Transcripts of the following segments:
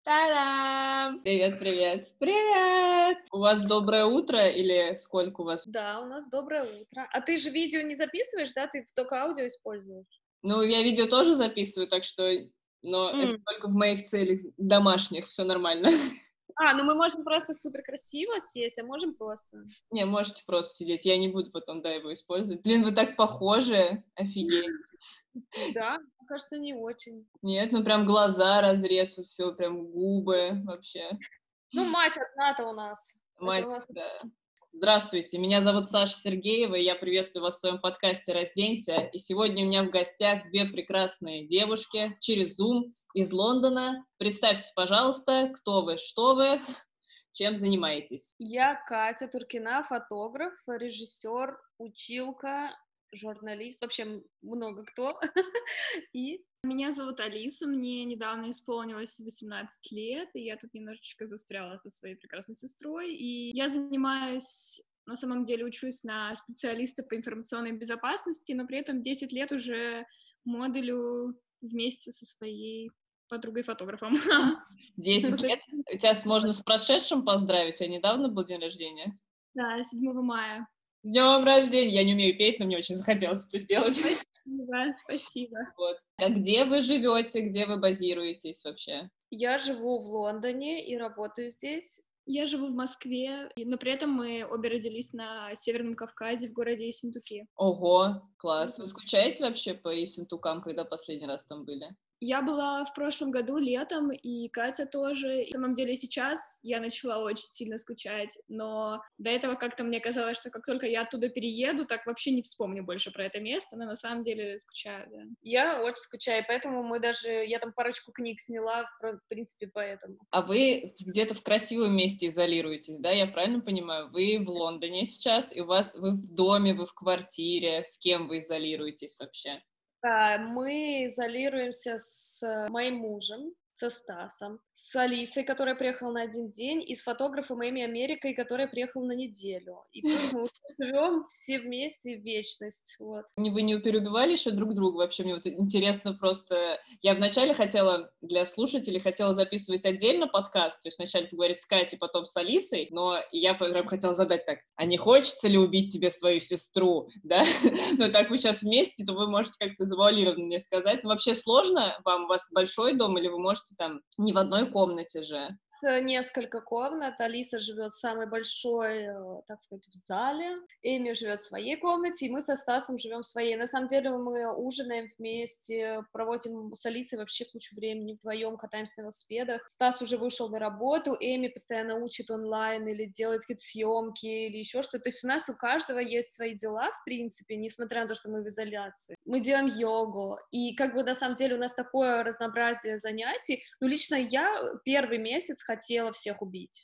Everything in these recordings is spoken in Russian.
Та-дам! Привет, привет, привет! У вас доброе утро или сколько у вас? Да, у нас доброе утро. А ты же видео не записываешь, да? Ты только аудио используешь? Ну, я видео тоже записываю, так что, но это М. только в моих целях домашних, все нормально. Ну мы можем просто супер красиво сесть, а можем просто. Не, можете просто сидеть, я не буду потом, да, его использовать. Блин, вы так похожи, офигеть. Да, мне кажется, не очень. Нет, ну прям глаза, разрез, все, прям губы вообще. Ну, мать одна-то у нас. Это Мать, у нас. да. Здравствуйте, меня зовут Саша Сергеева, и я приветствую вас в своем подкасте «Разденься». И сегодня у меня в гостях две прекрасные девушки через Zoom из Лондона. Представьтесь, пожалуйста, кто вы, что вы, чем занимаетесь. Я Катя Туркина, фотограф, режиссер, училка, журналист, вообще много кто. И Меня зовут Алиса, мне недавно исполнилось 18 лет, и я тут немножечко застряла со своей прекрасной сестрой, и я занимаюсь, на самом деле, учусь на специалиста по информационной безопасности, но при этом 10 лет уже модулю вместе со своей подругой-фотографом. 10 лет. Тебя можно с прошедшим поздравить, а недавно был день рождения. Да, 7 мая. С днем рождения! Я не умею петь, но мне очень захотелось это сделать. Спасибо, спасибо. Вот. А где вы живете, где вы базируетесь вообще? я живу в Лондоне и работаю здесь. Я живу в Москве, но при этом мы обе родились на Северном Кавказе, в городе Ессентуки. Ого, класс. Вы скучаете вообще по Ессентукам, когда последний раз там были? Я была в прошлом году летом, и Катя тоже. И на самом деле сейчас я начала очень сильно скучать, но до этого как-то мне казалось, что как только я оттуда перееду, так вообще не вспомню больше про это место, но на самом деле скучаю, да. Я очень скучаю, поэтому я там парочку книг сняла, в принципе, поэтому. А вы где-то в красивом месте изолируетесь, да? Я правильно понимаю? Вы в Лондоне сейчас, и вы в доме, вы в квартире. С кем вы изолируетесь вообще? Да, мы изолируемся с моим мужем, со Стасом, с Алисой, которая приехала на один день, и с фотографом Эми Америкой, которая приехала на неделю. И тут мы уже живем все вместе в вечность, вот. Вы не переубивали еще друг друга? Вообще, мне вот интересно просто... Я вначале хотела, для слушателей, хотела записывать отдельно подкаст, то есть вначале поговорить с Катей, потом с Алисой, но я прям хотела задать так, а не хочется ли убить тебе свою сестру, да? Но так вы сейчас вместе, то вы можете как-то завуалированно мне сказать. Но вообще сложно вам? У вас большой дом или вы можете там не в одной комнате же? Несколько комнат. Алиса живет в самой большой, так сказать, в зале. Эми живет в своей комнате, и мы со Стасом живем в своей. На самом деле мы ужинаем вместе, проводим с Алисой вообще кучу времени вдвоем, катаемся на велосипедах. Стас уже вышел на работу, Эми постоянно учит онлайн или делает какие-то съемки или еще что-то. То есть у нас у каждого есть свои дела, в принципе, несмотря на то, что мы в изоляции. Мы делаем йогу, и как бы на самом деле у нас такое разнообразие занятий. Ну, лично я первый месяц хотела всех убить.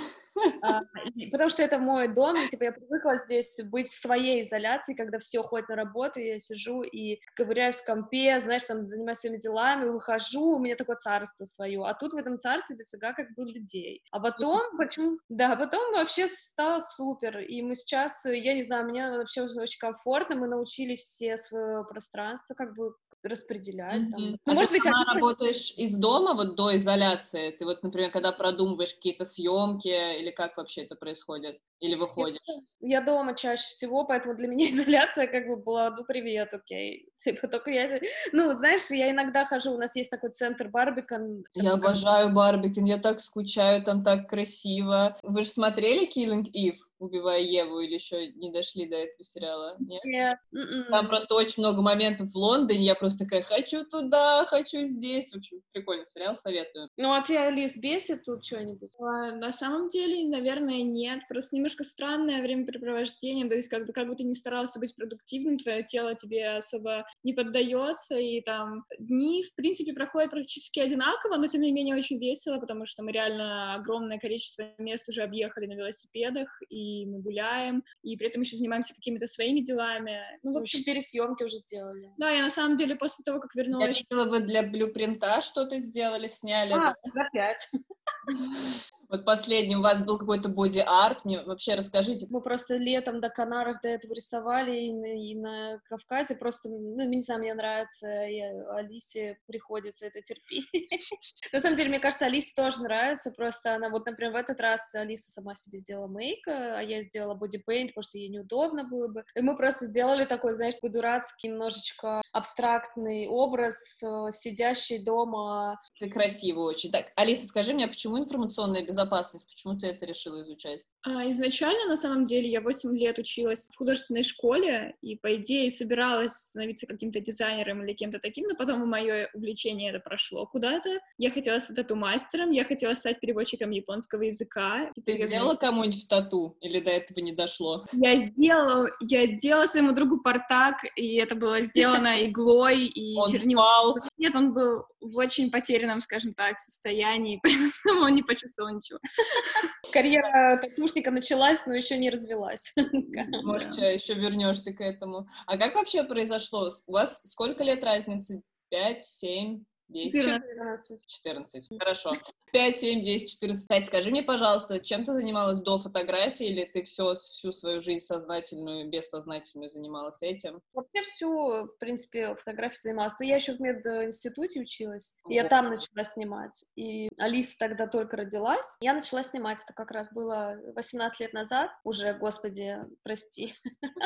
А, Потому что это мой дом, и, типа, я привыкла здесь быть в своей изоляции, когда все ходят на работу, и я сижу и ковыряюсь в компе, знаешь, там, занимаюсь своими делами, выхожу, у меня такое царство свое, а тут в этом царстве дофига как бы людей. А Супер. потом, почему? Да, потом вообще стало супер, и мы сейчас, я не знаю, мне вообще очень комфортно, мы научились все свое пространство как бы распределять там. Мгм. Ну, А ты может быть, сама Алиса. работаешь из дома вот до изоляции? Ты вот, например, когда продумываешь какие-то съемки, или как вообще это происходит? Или Я выходишь? я дома чаще всего, поэтому для меня изоляция как бы была: "Ну, привет, окей". Типа только я ну, знаешь, я иногда хожу, у нас есть такой центр Барбикан, Я такой как. обожаю Барбикен, я так скучаю, там так красиво. Вы же смотрели Killing Eve, убивая Еву, или еще не дошли до этого сериала? Нет? Нет, Там просто очень много моментов в Лондоне, я просто такая, хочу туда, хочу здесь. В общем, прикольный сериал, советую. Ну, а тебя, Лиз, бесит тут что-нибудь? На самом деле, наверное, нет. Просто немножко странное времяпрепровождение. То есть, как бы ты ни старался быть продуктивным, твое тело тебе особо не поддается, и там дни, в принципе, проходят практически одинаково, но, тем не менее, очень весело, потому что мы реально огромное количество мест уже объехали на велосипедах, и мы гуляем, и при этом еще занимаемся какими-то своими делами. Ну, в Ну, общем, 4 съемки уже сделали. да, я на самом деле после того, как Я вернулась. видела, вы для Блюпринта что-то сделали, сняли, да? За 5. Вот последний у вас был какой-то боди-арт, мне вообще расскажите. Мы просто летом до Канарах до этого рисовали, и на Кавказе просто, ну, не знаю, мне нравится, и Алисе приходится это терпеть. На самом деле, мне кажется, Алисе тоже нравится, просто она, вот, например, в этот раз Алиса сама себе сделала мейк, а я сделала бодипейнт, потому что ей неудобно было бы, и мы просто сделали такой, знаешь, такой дурацкий, немножечко абстрактный образ, сидящий дома. Это красиво очень. Так, Алиса, скажи мне, а почему информационная безопасность? Почему ты это решила изучать? Изначально, на самом деле, я 8 лет училась в художественной школе, и, по идее, собиралась становиться каким-то дизайнером или кем-то таким, но потом мое увлечение это прошло куда-то. Я хотела стать тату-мастером, я хотела стать переводчиком японского языка. Ты сделала кому-нибудь тату? Или до этого не дошло? Я делала своему другу портак, и это было сделано иглой и чернилами. Он спал. Нет, он был в очень потерянном, скажем так, состоянии, поэтому он не почувствовал ничего. Карьера татушника началась, но еще не развилась. Может, еще вернешься к этому. А как вообще произошло? У вас сколько лет разницы? 5, 7, 10? 14. Хорошо. 5, 7, 10, 14. Кать, скажи мне, пожалуйста, чем ты занималась до фотографии, или ты всю свою жизнь сознательную и бессознательную занималась этим? Вообще всю, в принципе, фотографией занималась. Но я еще в мединституте училась, и я там начала снимать. И Алиса тогда только родилась. Я начала снимать, это как раз было 18 лет назад. Уже, господи, прости.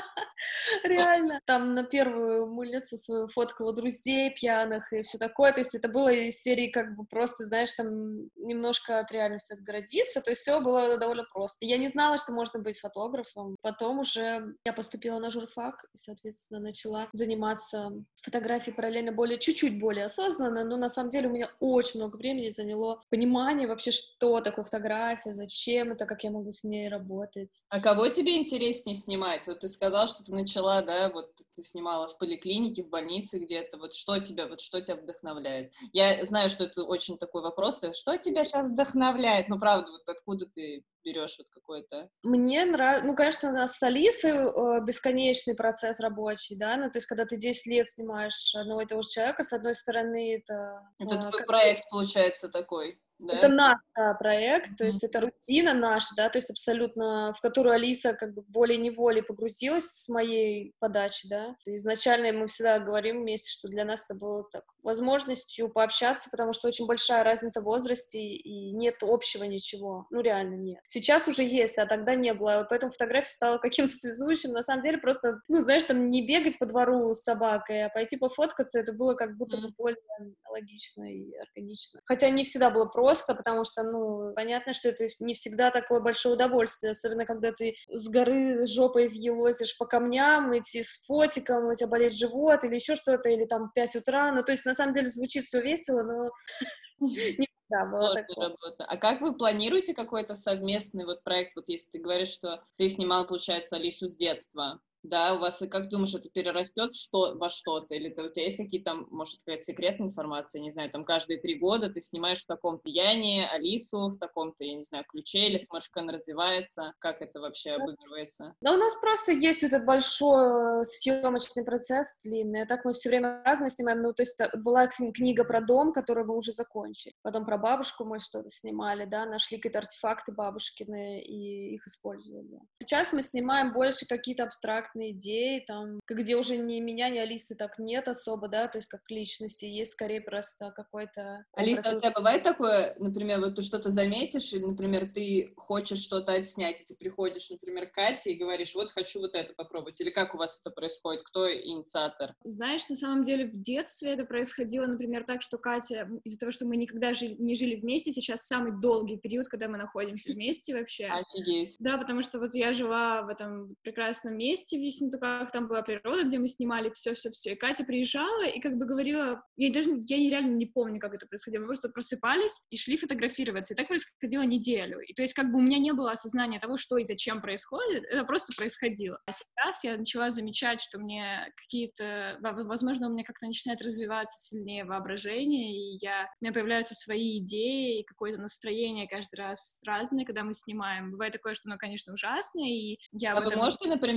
Реально. Там на первую мыльницу свою фоткала друзей пьяных и все такое. То есть это было из серии как бы просто, знаешь, там немножко от реальности отгородиться. То есть все было довольно просто. Я не знала, что можно быть фотографом. Потом уже я поступила на журфак и, соответственно, начала заниматься фотографией параллельно чуть-чуть более осознанно, но на самом деле у меня очень много времени заняло понимание вообще, что такое фотография, зачем это, как я могу с ней работать. А кого тебе интереснее снимать? Вот ты сказала, что ты начала, да, вот ты снимала в поликлинике, в больнице где-то, вот что тебя вдохновляет? Я знаю, что это очень такой вопрос, что тебя сейчас вдохновляет? Ну, правда, вот откуда ты берешь вот какой-то... Мне нравится, ну, конечно, у нас с Алисой бесконечный процесс рабочий, да, ну, то есть, когда ты 10 лет снимаешь одного и того же человека, с одной стороны, это... Это твой проект, получается, такой, да? Это наш проект, то есть это рутина наша, да, то есть абсолютно, в которую Алиса как бы волей-неволей погрузилась с моей подачи, да. Изначально мы всегда говорим вместе, что для нас это было так возможностью пообщаться, потому что очень большая разница в возрасте, и нет общего ничего, ну реально нет. Сейчас уже есть, а тогда не было, поэтому фотография стала каким-то связующим, на самом деле просто, ну знаешь, там не бегать по двору с собакой, а пойти пофоткаться, это было как будто бы более логично и органично. Хотя не всегда было просто, потому что, ну, понятно, что это не всегда такое большое удовольствие, особенно когда ты с горы жопой изъелозишь по камням, идти с фотиком, у тебя болит живот или еще что-то, или там 5 утра, ну, то есть на самом деле звучит все весело, но не всегда было такое. Работа. А как вы планируете какой-то совместный вот проект, вот если ты говоришь, что ты снимала, получается, Алису с детства, да, у вас, как думаешь, это перерастет во что-то, или у тебя есть какие-то, может сказать, секретные информации, не знаю, там каждые 3 года ты снимаешь в таком-то Яне, Алису в таком-то, я не знаю, ключе, или смотришь, как она развивается, как это вообще обыгрывается? Да, у нас просто есть этот большой съемочный процесс длинный, а так мы все время разное снимаем, ну, то есть была книга про дом, которую мы уже закончили, потом про бабушку мы что-то снимали, да, нашли какие-то артефакты бабушкины и их использовали. Сейчас мы снимаем больше какие-то абстрактные идеи, там, где уже ни меня, ни Алисы так нет особо, да, то есть как личности, есть скорее просто какой-то... Алиса, у тебя бывает такое, например, вот ты что-то заметишь, и, например, ты хочешь что-то отснять, и ты приходишь, например, к Кате и говоришь, вот, хочу вот это попробовать, или как у вас это происходит, кто инициатор? Знаешь, на самом деле в детстве это происходило, например, так, что Катя, из-за того, что мы никогда не жили вместе, сейчас самый долгий период, когда мы находимся вместе вообще. Офигеть. Да, потому что вот я жила в этом прекрасном месте в Ессентуках, там была природа, где мы снимали все-все-все, и Катя приезжала и как бы говорила, я реально не помню, как это происходило, мы просто просыпались и шли фотографироваться, и так происходило неделю, и то есть как бы у меня не было осознания того, что и зачем происходит, это просто происходило. А сейчас я начала замечать, что мне возможно, у меня как-то начинает развиваться сильнее воображение, и у меня появляются свои идеи, и какое-то настроение каждый раз разное, когда мы снимаем. Бывает такое, что оно, конечно, ужасное, и я вы можете, например, отменить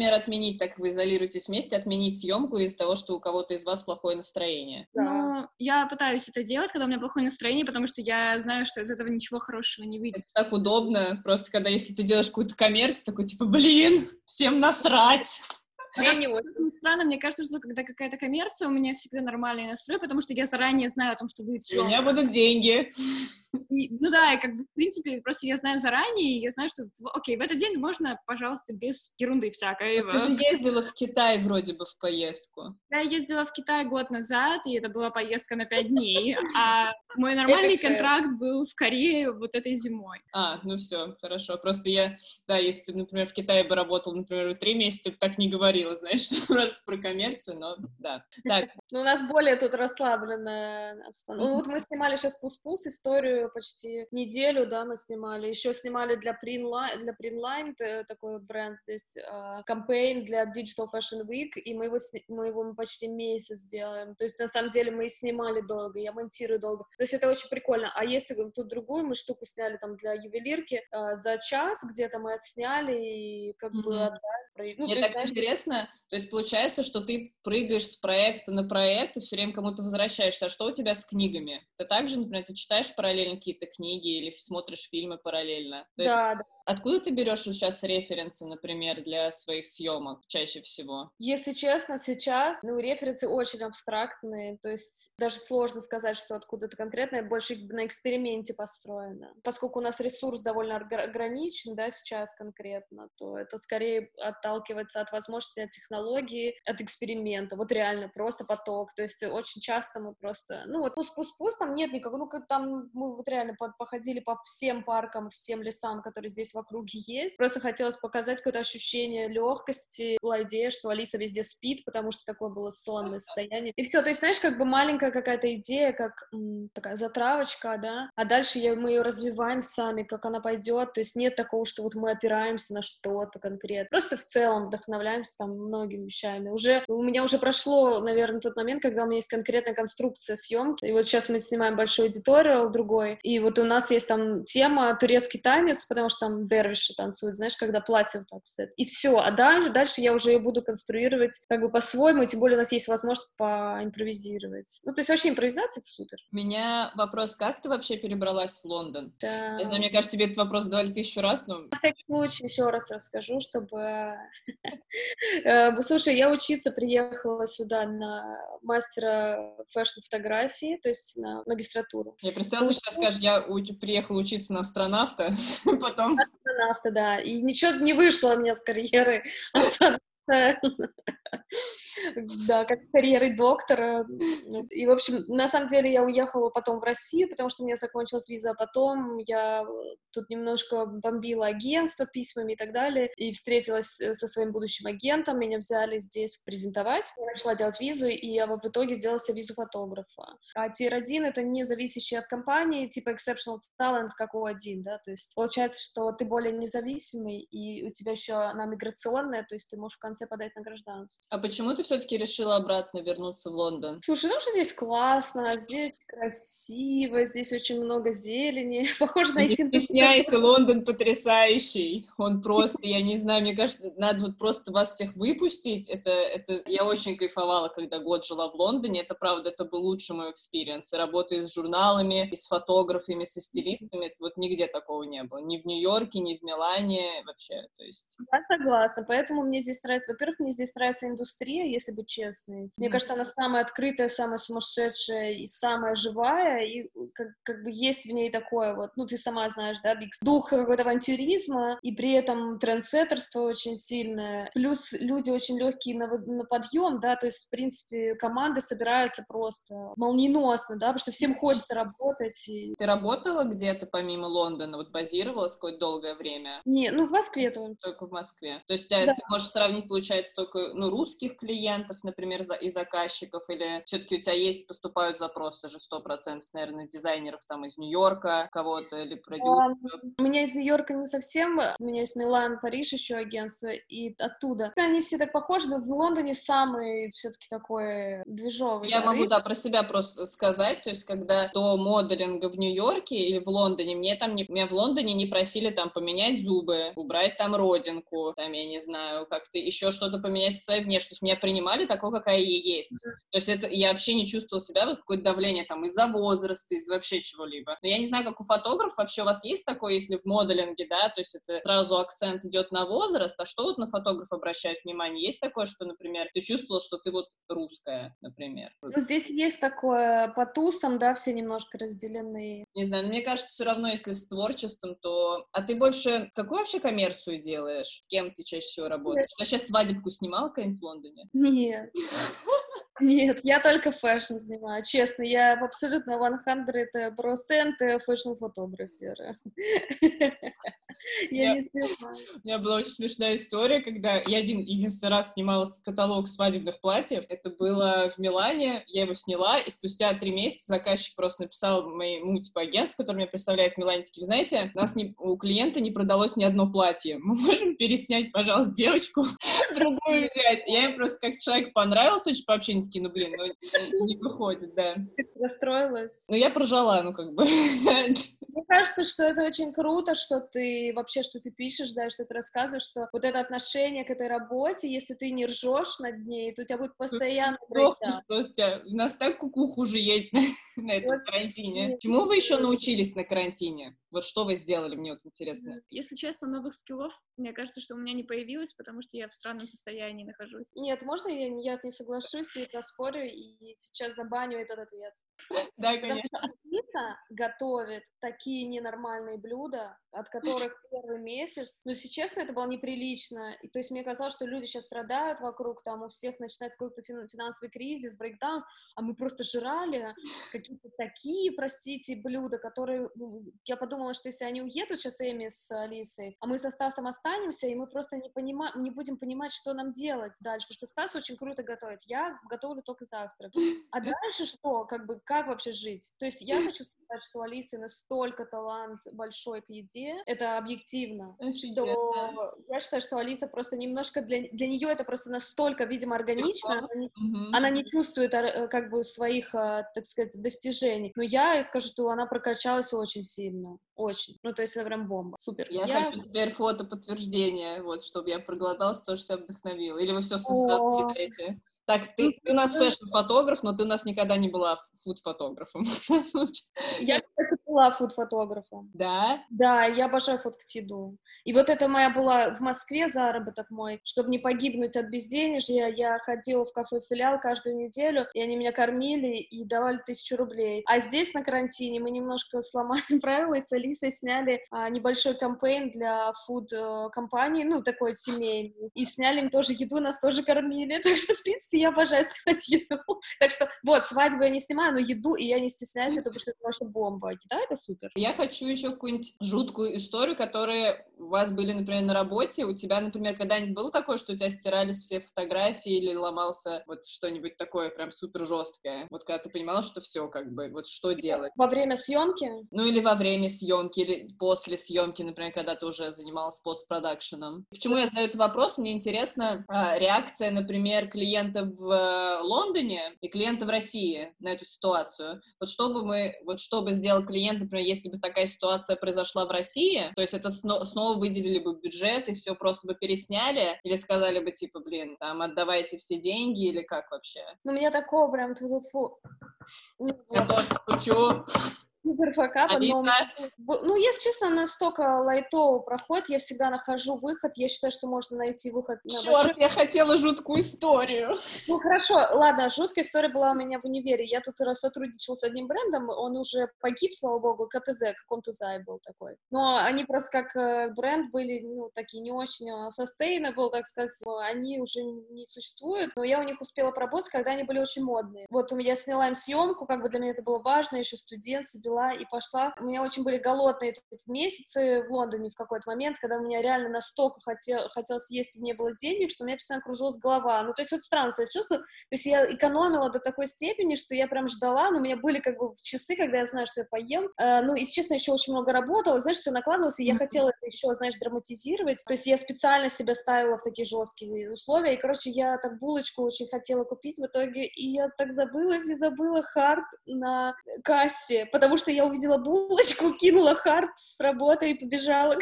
отменить, так как вы изолируетесь вместе, отменить съемку из-за того, что у кого-то из вас плохое настроение? Да. Ну, я пытаюсь это делать, когда у меня плохое настроение, потому что я знаю, что из этого ничего хорошего не выйдет. Это так удобно, просто когда если ты делаешь какую-то коммерцию, такой типа, блин, всем насрать. Я не очень. Как ни странно, мне кажется, что когда какая-то коммерция, у меня всегда нормальный настрой, потому что я заранее знаю о том, что будет У меня съемка. будут деньги. Ну да, и как бы, в принципе, просто я знаю заранее, и я знаю, что, окей, в этот день можно, пожалуйста, без ерунды всякой. Ты же ездила в Китай вроде бы в поездку. Я ездила в Китай год назад, и это была поездка на 5 дней, а мой нормальный контракт был в Корее вот этой зимой. Ну все, хорошо. Просто если ты, например, в Китае бы работал, например, 3 месяца, ты бы так не говорила, знаешь, просто про коммерцию, но да. Так. Ну, у нас более тут расслабленная обстановка. Ну, вот мы снимали сейчас Пус-Пус, историю почти неделю, да, мы снимали. Еще снимали для Printline, такой бренд здесь, кампейн для Digital Fashion Week, и мы его почти месяц делаем. То есть, на самом деле, мы и снимали долго, я монтирую долго. То есть, это очень прикольно. А если тут другую мы штуку сняли там для ювелирки, за час где-то мы отсняли и как бы отдали. Ну, Мне то так есть, интересно, то есть получается, что ты прыгаешь с проекта на проект и все время кому-то возвращаешься. А что у тебя с книгами? Ты также, например, ты читаешь параллельно какие-то книги или смотришь фильмы параллельно? То есть да. откуда ты берешь сейчас референсы, например, для своих съемок чаще всего? Если честно, сейчас, референсы очень абстрактные, то есть даже сложно сказать, что откуда это конкретно, больше на эксперименте построено. Поскольку у нас ресурс довольно ограничен, да, сейчас конкретно, то это скорее отталкивается от возможностей, от технологии, от эксперимента, вот реально, просто поток, то есть очень часто мы просто, вот пусть, там нет никакого, там мы вот реально походили по всем паркам, всем лесам, которые здесь в округе есть, просто хотелось показать какое-то ощущение легкости, была идея, что Алиса везде спит, потому что такое было сонное состояние. И все, то есть, знаешь, как бы маленькая какая-то идея, как такая затравочка, да, а дальше мы ее развиваем сами, как она пойдет, то есть нет такого, что вот мы опираемся на что-то конкретно. Просто в целом вдохновляемся там многими вещами. У меня уже прошло, наверное, тот момент, когда у меня есть конкретная конструкция съемки, и вот сейчас мы снимаем большой эдиториал другой, и вот у нас есть там тема турецкий танец, потому что там дервиши танцуют, знаешь, когда платье вот так стоит. И все, а дальше я уже ее буду конструировать как бы по-своему, и тем более у нас есть возможность поимпровизировать. То есть вообще импровизация — это супер. У меня вопрос, как ты вообще перебралась в Лондон? Да. Я знаю, мне кажется, тебе этот вопрос задавали 1000 раз, но... На всякий случай еще раз расскажу, чтобы... Слушай, я учиться приехала сюда на мастера фэшн-фотографии, то есть на магистратуру. Я представила, ты сейчас скажешь, я приехала учиться на астронавта, потом... Астронавта, да, и ничего не вышло у меня с карьеры астронавта. Да, как карьерой доктора. И, в общем, на самом деле я уехала потом в Россию, потому что у меня закончилась виза, а потом я тут немножко бомбила агентство письмами и так далее, и встретилась со своим будущим агентом, меня взяли здесь презентовать, я начала делать визу, и я в итоге сделала себе визу фотографа. А Tier 1 — это не зависящий от компании, типа exceptional talent, как O1, да, то есть получается, что ты более независимый, и у тебя еще она миграционная, то есть ты можешь в конце подать на гражданство. А почему ты все-таки решила обратно вернуться в Лондон? Слушай, что здесь классно, здесь красиво, здесь очень много зелени, похоже на Не Ессентуки. стесняйся, Лондон потрясающий. Он просто, я не знаю, мне кажется, надо вот просто вас всех выпустить. Я очень кайфовала, когда год жила в Лондоне. Это правда, это был лучший мой экспириенс. И работая с журналами, и с фотографами, со стилистами, это вот нигде такого не было. Ни в Нью-Йорке, ни в Милане вообще. То есть... Я согласна, поэтому мне здесь нравится, во-первых, мне здесь нравится индустрия, если быть честной. Мне кажется, она самая открытая, самая сумасшедшая и самая живая, и как бы есть в ней такое вот, ты сама знаешь, да, Бикс, дух какого-то авантюризма, и при этом трендсеттерство очень сильное, плюс люди очень легкие на подъем, да, то есть, в принципе, команды собираются просто молниеносно, да, потому что всем хочется работать. Ты работала где-то помимо Лондона, вот базировалась какое-то долгое время? Не, в Москве тоже. Только в Москве. То есть ты можешь сравнить, получается, только, русских клиентов, например, и заказчиков, или все-таки у тебя поступают запросы же 100%, наверное, дизайнеров там из Нью-Йорка, кого-то, или продюсеров? У меня из Нью-Йорка не совсем, у меня есть Милан, Париж еще агентство, и оттуда. Они все так похожи, но в Лондоне самый все-таки такой движовый. Я Да, могу, да, про себя просто сказать, то есть, когда до моделинга в Нью-Йорке или в Лондоне, меня в Лондоне не просили там поменять зубы, убрать там родинку, там, я не знаю, как-то еще что-то поменять со своей внешностью. Меня принимали такой, какая я есть. То есть я вообще не чувствовала себя вот какое-то давление там из-за возраста, из-за вообще чего-либо. Но я не знаю, как у фотографов вообще у вас есть такое, если в моделинге, да, то есть это сразу акцент идет на возраст, а что вот на фотографа обращают внимание? Есть такое, что, например, ты чувствовала, что ты вот русская, например? Ну, здесь есть такое по тусам, да, все немножко разделены. Не знаю, но мне кажется, все равно, если с творчеством, то... А ты больше какую вообще коммерцию делаешь? С кем ты чаще всего работаешь? Ты сейчас свадебку снимала какая-нибудь в Лондоне? Нет. Нет, я только фэшн снимаю, честно, я абсолютно 100% фэшн-фотографер. Я не снимаю. У меня была очень смешная история, когда я единственный раз снимала каталог свадебных платьев. Это было в Милане, я его сняла, и спустя 3 месяца заказчик просто написал моему, типа, агентству, который меня представляет в Милане, такие, вы знаете, у клиента не продалось ни одно платье. Мы можем переснять, пожалуйста, девочку, другую взять. Я им просто как человек понравился очень по общению, такие, ну, блин, ну, не выходит, да. Ты расстроилась? Ну, я прожала, ну, как бы. Мне кажется, что это очень круто, что ты вообще, что ты пишешь, да, что ты рассказываешь, что вот это отношение к этой работе, если ты не ржешь над ней, то у тебя будет постоянно Сдохнешь просто. У нас так кукуха уже едет на этом карантине. Чему вы еще научились на карантине? Вот что вы сделали, мне вот интересно. Если честно, новых скиллов, мне кажется, что у меня не появилось, потому что я в странном состоянии нахожусь. Нет, можно я не соглашусь и поспорю, и сейчас забаню этот ответ? Да, Потому конечно. что актриса готовит такие ненормальные блюда, от которых первый месяц, ну, если честно, это было неприлично. И, то есть мне казалось, что люди сейчас страдают вокруг, там у всех начинается какой-то финансовый кризис, брейкдаун, а мы просто жрали какие-то такие, простите, блюда, которые... Я подумала, что если они уедут сейчас, Эми с Алисой, а мы со Стасом останемся, и мы просто не будем понимать, что нам делать дальше, потому что Стас очень круто готовит. Я готовлю только завтрак. А дальше что? Как вообще жить? То есть я хочу сказать, что у Алисы настолько талант большой к еде, это объективно, что я считаю, что Алиса просто немножко для нее это просто настолько, видимо, органично, она не чувствует как бы своих, так сказать, достижений. Но я скажу, что она прокачалась очень сильно, очень. Ну, то есть это прям бомба, супер. Я хочу теперь фото подтверждения, вот, чтобы я проголодалась, тоже себя вдохновила. Или вы все съедаете? Так, ты у нас фэшн-фотограф, но ты у нас никогда не была фуд-фотографом. Я, кстати, была фуд-фотографом. Да? Да, я обожаю фоткать еду. И вот это моя была в Москве заработок мой. Чтобы не погибнуть от безденежья, я ходила в кафе-филиал каждую неделю, и они меня кормили и давали 1000 рублей. А здесь на карантине мы немножко сломали правила, и с Алисой сняли небольшой кампейн для фуд-компании, ну, такой семейный. И сняли им тоже еду, нас тоже кормили. Так что, в принципе, я обожаю снимать еду. Так что, вот, свадьбу я не снимаю, но еду, и я не стесняюсь, потому что это вообще бомба. Еда — это супер. Я хочу еще какую-нибудь жуткую историю, которые у вас были, например, на работе. У тебя, например, когда-нибудь было такое, что у тебя стирались все фотографии или ломался вот что-нибудь такое прям супер жесткое? Вот когда ты понимала, что все, как бы, вот что делать? Во время съемки? Ну, или во время съемки, или после съемки, например, когда ты уже занималась постпродакшеном. Почему я задаю этот вопрос? Мне интересна реакция, например, клиента в Лондоне и клиента в России на эту ситуацию. Вот чтобы сделал клиент, например, если бы такая ситуация произошла в России, то есть это снова выделили бы бюджет и все просто бы пересняли, или сказали бы, типа, блин, там, отдавайте все деньги, или как вообще? Ну, у меня такого прям Я тоже стучу. супер факапа, но, ну, если честно, настолько лайтово проходит, я всегда нахожу выход, я считаю, что можно найти выход на Черт, я хотела жуткую историю. Ну, хорошо, ладно, жуткая история была у меня в универе, я тут сотрудничала с одним брендом, он уже погиб, слава богу, КТЗ, как он Тузай был такой, но они просто как бренд были, ну, такие не очень sustainable, так сказать, они уже не существуют, но я у них успела поработать, когда они были очень модные. Вот я сняла им съемку, как бы для меня это было важно, еще студент, все дела, взяла и пошла. У меня очень были голодные тут месяцы в Лондоне в какой-то момент, когда у меня реально настолько хотелось есть и не было денег, что у меня постоянно кружилась голова. Ну, то есть вот странно себя чувствовала. То есть я экономила до такой степени, что я прям ждала, но у меня были как бы часы, когда я знаю, что я поем. Ну, и, честно, еще очень много работала, знаешь, все накладывалось, и я хотела это еще, знаешь, драматизировать. То есть я специально себя ставила в такие жесткие условия, и, короче, я так булочку очень хотела купить в итоге, и я так забылась и забыла хард на кассе, потому что я увидела булочку, кинула хард с работы и побежала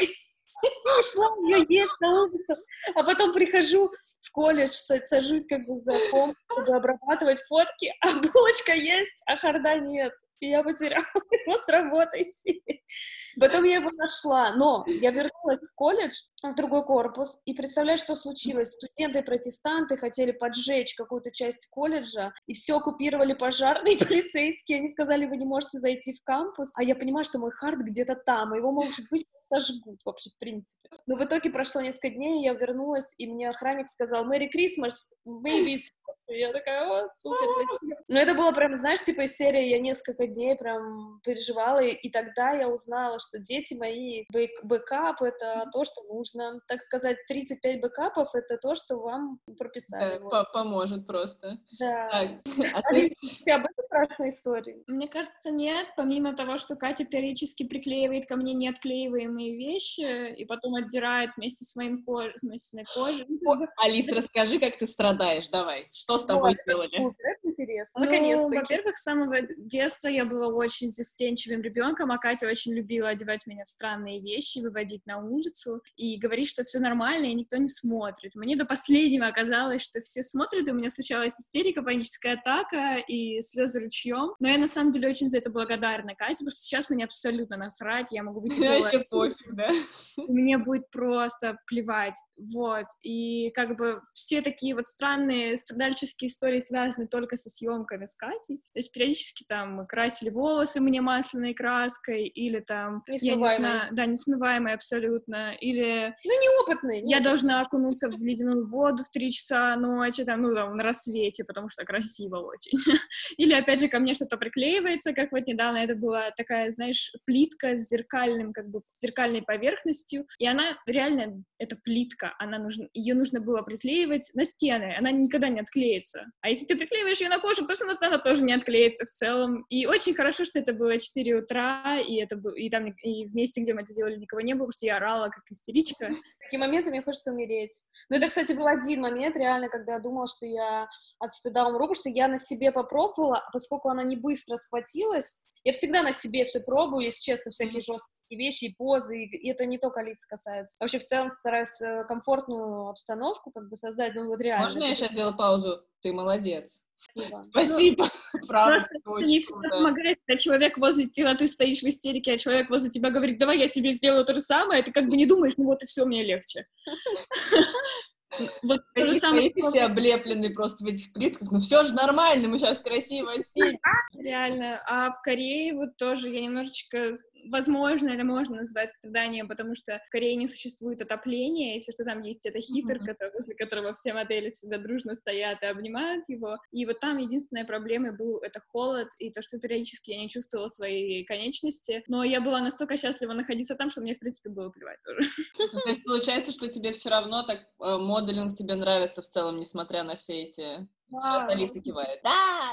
ушла ее есть на улицу, а потом прихожу в колледж, сажусь как бы за комп, чтобы обрабатывать фотки, а булочка есть, а харда нет. И я потеряла его с работы. Потом я его нашла, но я вернулась в колледж, в другой корпус, и представляешь, что случилось? Студенты-протестанты хотели поджечь какую-то часть колледжа, и все оккупировали пожарные, полицейские, они сказали, вы не можете зайти в кампус, а я понимаю, что мой хард где-то там, и его, может быть, сожгут вообще, в принципе. Но в итоге прошло несколько дней, я вернулась, и мне охранник сказал, Merry Christmas, maybe it's... И я такая, о, супер, спасибо. Но это было прям, знаешь, типа из серии, я несколько дней прям переживала, и тогда я узнала, что дети мои, бэкап — это то, что нужно. Так сказать, 35 бэкапов — это то, что вам прописали. Да, вот. поможет просто. Да. Так, У тебя были страшные истории? Мне кажется, нет, помимо того, что Катя периодически приклеивает ко мне неотклеиваемые вещи и потом отдирает вместе с моей кожей. Алис, расскажи, как ты страдаешь, давай. Что с тобой делали? Это интересно. Ну, Наконец-то. во-первых, с самого детства я была очень застенчивым ребенком, а Катя очень любила одевать меня в странные вещи, выводить на улицу и говорить, что все нормально, и никто не смотрит. Мне до последнего оказалось, что все смотрят, и у меня случалась истерика, паническая атака и слезы ручьем. Но я на самом деле очень за это благодарна Кате, потому что сейчас мне абсолютно насрать, я могу быть голой. Вообще пофиг, да? Мне будет просто плевать, вот, и как бы все такие вот странные страдальческие истории связаны только со съемками с Катей, то есть периодически там мы красили волосы мне масляной краской, или там, я не знаю, да, несмываемой абсолютно, или... Ну, неопытный. Я должна окунуться в ледяную воду в 3 часа ночи, там, ну, там, на рассвете, потому что красиво очень. Или, опять же, ко мне что-то приклеивается, как вот недавно это была такая, знаешь, плитка с зеркальным, как бы, зеркальной поверхностью, и она реально, это плитка, ее нужно было приклеивать на стены, она никогда не отклеится. А если ты приклеиваешь ее на кожу, то она тоже не отклеится в целом. И очень хорошо, что это было 4 утра, и это было, и там, и в месте, где мы это делали, никого не было, потому что я орала, как истеричка. В такие моменты мне хочется умереть. Но это, кстати, был один момент, реально, когда я думала, что я от стыда умру, потому что я на себе попробовала, поскольку она не быстро схватилась. Я всегда на себе все пробую, если честно, всякие жесткие вещи и позы, и это не только Алисы касается. Вообще, в целом, стараюсь комфортную обстановку как бы создать, ну вот реально. Можно я сейчас сделаю паузу? Ты молодец. Спасибо. Спасибо. Правда, просто не всегда помогает, когда человек возле тебя, ты стоишь в истерике, а человек возле тебя говорит, давай я себе сделаю то же самое, ты как бы не думаешь, ну вот и все, мне легче. Вот все облеплены просто в этих плитках, ну все же нормально, мы сейчас красиво отсидим. Реально, а в Корее вот тоже я немножечко, возможно, это можно назвать страданием, потому что в Корее не существует отопления, и все, что там есть, это хитер, возле которого все модели всегда дружно стоят и обнимают его, и вот там единственная проблема был это холод, и то, что периодически я не чувствовала свои конечности, но я была настолько счастлива находиться там, что мне, в принципе, было плевать тоже. Ну, то есть получается, что тебе все равно так моделинг тебе нравится в целом, несмотря на все эти... Сейчас Алиса кивает. Да.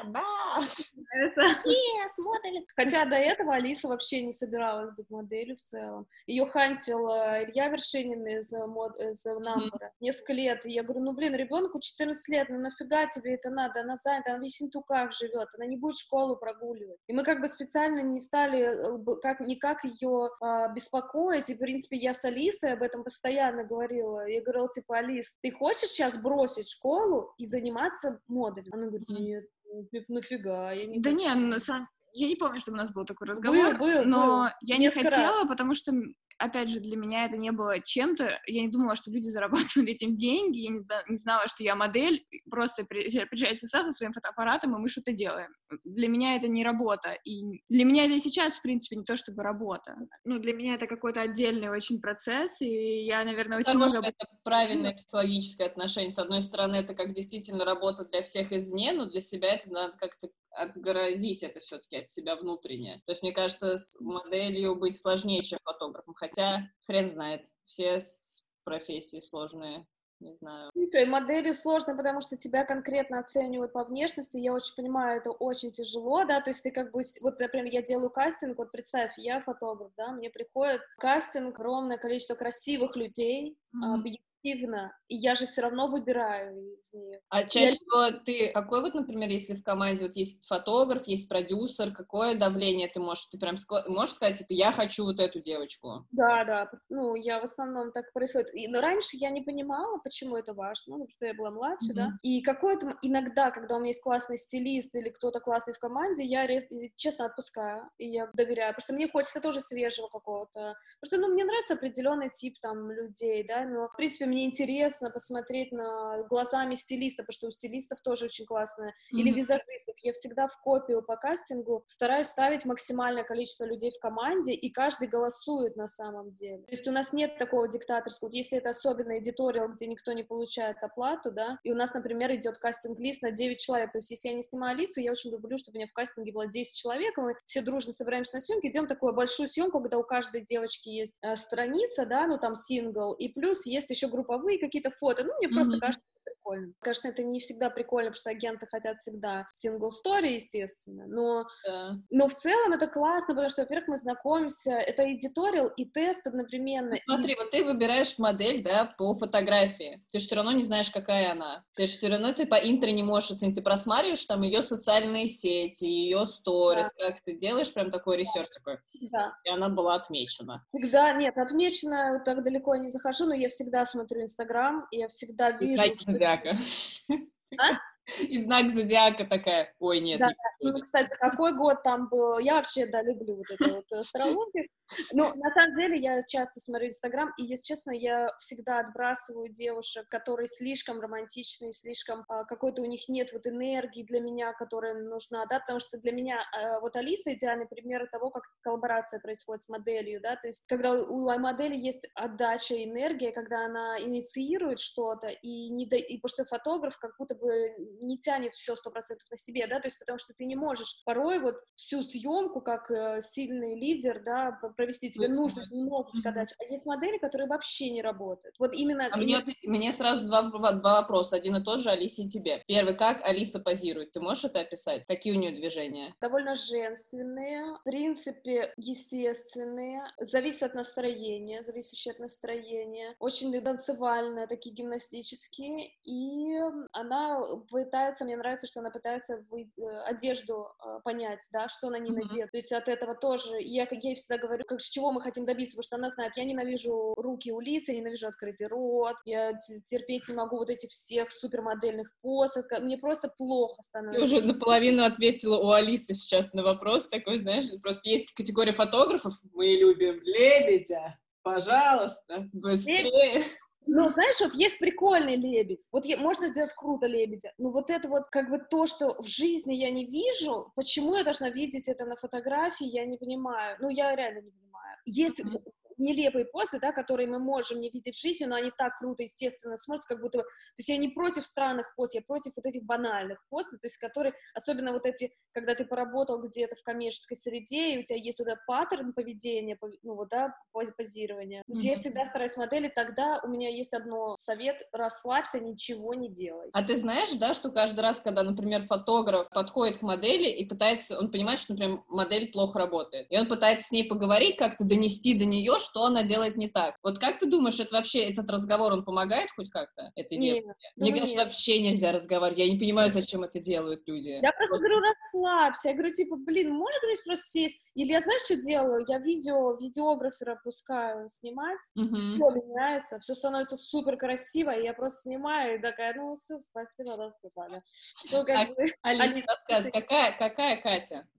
Yes, моделинг. Хотя до этого Алиса вообще не собиралась быть моделью в целом. Ее хантил Илья Вершинин из Намбора несколько лет. И я говорю, ну, блин, ребенку 14 лет, ну, нафига тебе это надо? Она занята, она в Ессентуках живет, она не будет школу прогуливать. И мы как бы специально не стали никак ее беспокоить. И, в принципе, я с Алисой об этом постоянно говорила. Я говорила, типа, Алис, ты хочешь сейчас бросить школу и заниматься моделью? Она говорит, нет, нафига, я не хочу. Да не, я не помню, чтобы у нас был такой разговор, но я не хотела, потому что, опять же, для меня это не было чем-то, я не думала, что люди зарабатывают этим деньги, я не знала, что я модель, просто приезжает сестра со своим фотоаппаратом, и мы что-то делаем. Для меня это не работа, и для меня это и сейчас, в принципе, не то чтобы работа. Ну, для меня это какой-то отдельный очень процесс, и я, наверное, очень много... Это правильное психологическое отношение. С одной стороны, это как действительно работа для всех извне, но для себя это надо как-то отгородить это все-таки от себя внутренне. То есть, мне кажется, с моделью быть сложнее, чем фотографом, хотя хрен знает, все профессии сложные. Не знаю. Слушай, модели сложно, потому что тебя конкретно оценивают по внешности, я очень понимаю, это очень тяжело, да, то есть ты как бы, вот, например, я делаю кастинг, вот представь, я фотограф, да, мне приходит кастинг, огромное количество красивых людей, объективно, и я же все равно выбираю из них. А чаще всего ты, какой вот, например, если в команде вот есть фотограф, есть продюсер, какое давление ты можешь, ты прям можешь сказать, типа, я хочу вот эту девочку? Да, ну, я в основном так происходит. Но раньше я не понимала, почему это важно, потому что я была младше, да, и какое-то иногда, когда у меня есть классный стилист или кто-то классный в команде, я честно отпускаю, и я доверяю, потому что мне хочется тоже свежего какого-то, потому что, ну, мне нравится определенный тип там людей, да, но, в принципе, мне интересно посмотреть на глазами стилиста, потому что у стилистов тоже очень классное, или визажистов. Я всегда в копию по кастингу стараюсь ставить максимальное количество людей в команде, и каждый голосует на самом деле. То есть у нас нет такого диктаторского. Вот если это особенно эдиториал, где никто не получает оплату, да, и у нас, например, идет кастинг-лист на 9 человек, то есть если я не снимаю Алису, я очень люблю, чтобы у меня в кастинге было 10 человек, и мы все дружно собираемся на съемки, делаем такую большую съемку, когда у каждой девочки есть страница, да, ну там сингл, и плюс есть еще групповые какие-то фото, ну мне просто кажется, прикольно. Конечно, это не всегда прикольно, потому что агенты хотят всегда сингл-стори, естественно, но в целом это классно, потому что, во-первых, мы знакомимся, это эдиториал и тест одновременно. Смотри, вот ты выбираешь модель, да, по фотографии, ты же все равно не знаешь, какая она, ты же все равно по интро не можешь оценить, ты просматриваешь там ее социальные сети, ее сторис, как ты делаешь прям такой ресерч такой, и она была отмечена. Всегда, нет, отмечена, так далеко я не захожу, но я всегда смотрю Инстаграм, и я всегда вижу... Знак зодиака. А? И знак зодиака такая, ой, нет. Да, ну, кстати, какой год там был, я вообще, да, люблю вот эту вот астрологию, но на самом деле я часто смотрю Инстаграм, и, если честно, я всегда отбрасываю девушек, которые слишком романтичные, слишком, какой-то у них нет вот энергии для меня, которая нужна, да, потому что для меня вот Алиса идеальный пример того, как коллаборация происходит с моделью, да, то есть когда у модели есть отдача, энергия, когда она инициирует что-то, и потому что фотограф как будто бы не тянет все 100% на себе, да, то есть потому что ты не можешь порой вот всю съемку как сильный лидер, да, провести, тебе нужно немножечко отдачи, а есть модели, которые вообще не работают. Вот именно... Мне сразу два вопроса, один и тот же Алисе и тебе. Первый, как Алиса позирует? Ты можешь это описать? Какие у нее движения? Довольно женственные, в принципе, естественные, зависит от настроения, зависящие от настроения, очень танцевальные, такие гимнастические, и она пытается, мне нравится, что она пытается одежду понять, да, что на ней надето, то есть от этого тоже, я ей всегда говорю, с чего мы хотим добиться, потому что она знает, я ненавижу руки у лиц, я ненавижу открытый рот, я терпеть не могу вот этих всех супермодельных позов, мне просто плохо становится. Я уже наполовину ответила у Алисы сейчас на вопрос такой, знаешь, просто есть категория фотографов, мы любим лебедя, пожалуйста, быстрее. Ну, знаешь, вот есть прикольный лебедь, вот можно сделать круто лебедя, но вот это вот как бы то, что в жизни я не вижу, почему я должна видеть это на фотографии, я не понимаю, ну, я реально не понимаю. Есть нелепые позы, да, которые мы можем не видеть в жизни, но они так круто, естественно, смотрятся, как будто... То есть я не против странных поз, я против вот этих банальных поз, то есть которые, особенно вот эти, когда ты поработал где-то в коммерческой среде, и у тебя есть вот этот паттерн поведения, ну вот, да, позирования, где я всегда стараюсь модели, тогда у меня есть одно совет: расслабься, ничего не делай. А ты знаешь, да, что каждый раз, когда, например, фотограф подходит к модели и пытается, он понимает, что, например, модель плохо работает, и он пытается с ней поговорить, как-то донести до нее, что она делает не так. Вот как ты думаешь, это вообще, этот разговор, он помогает хоть как-то этой девушке? Мне кажется, вообще нельзя разговаривать. Я не понимаю, зачем это делают люди. Я просто говорю, расслабься. Я говорю, типа, блин, можешь, говорить, просто сесть? Или я, знаешь, что делаю? Я видеографера пускаю снимать, все меняется, все становится супер красиво, и я просто снимаю, и такая, ну, все, спасибо, до свидания. Ну, Алиса, расскажи, какая Катя?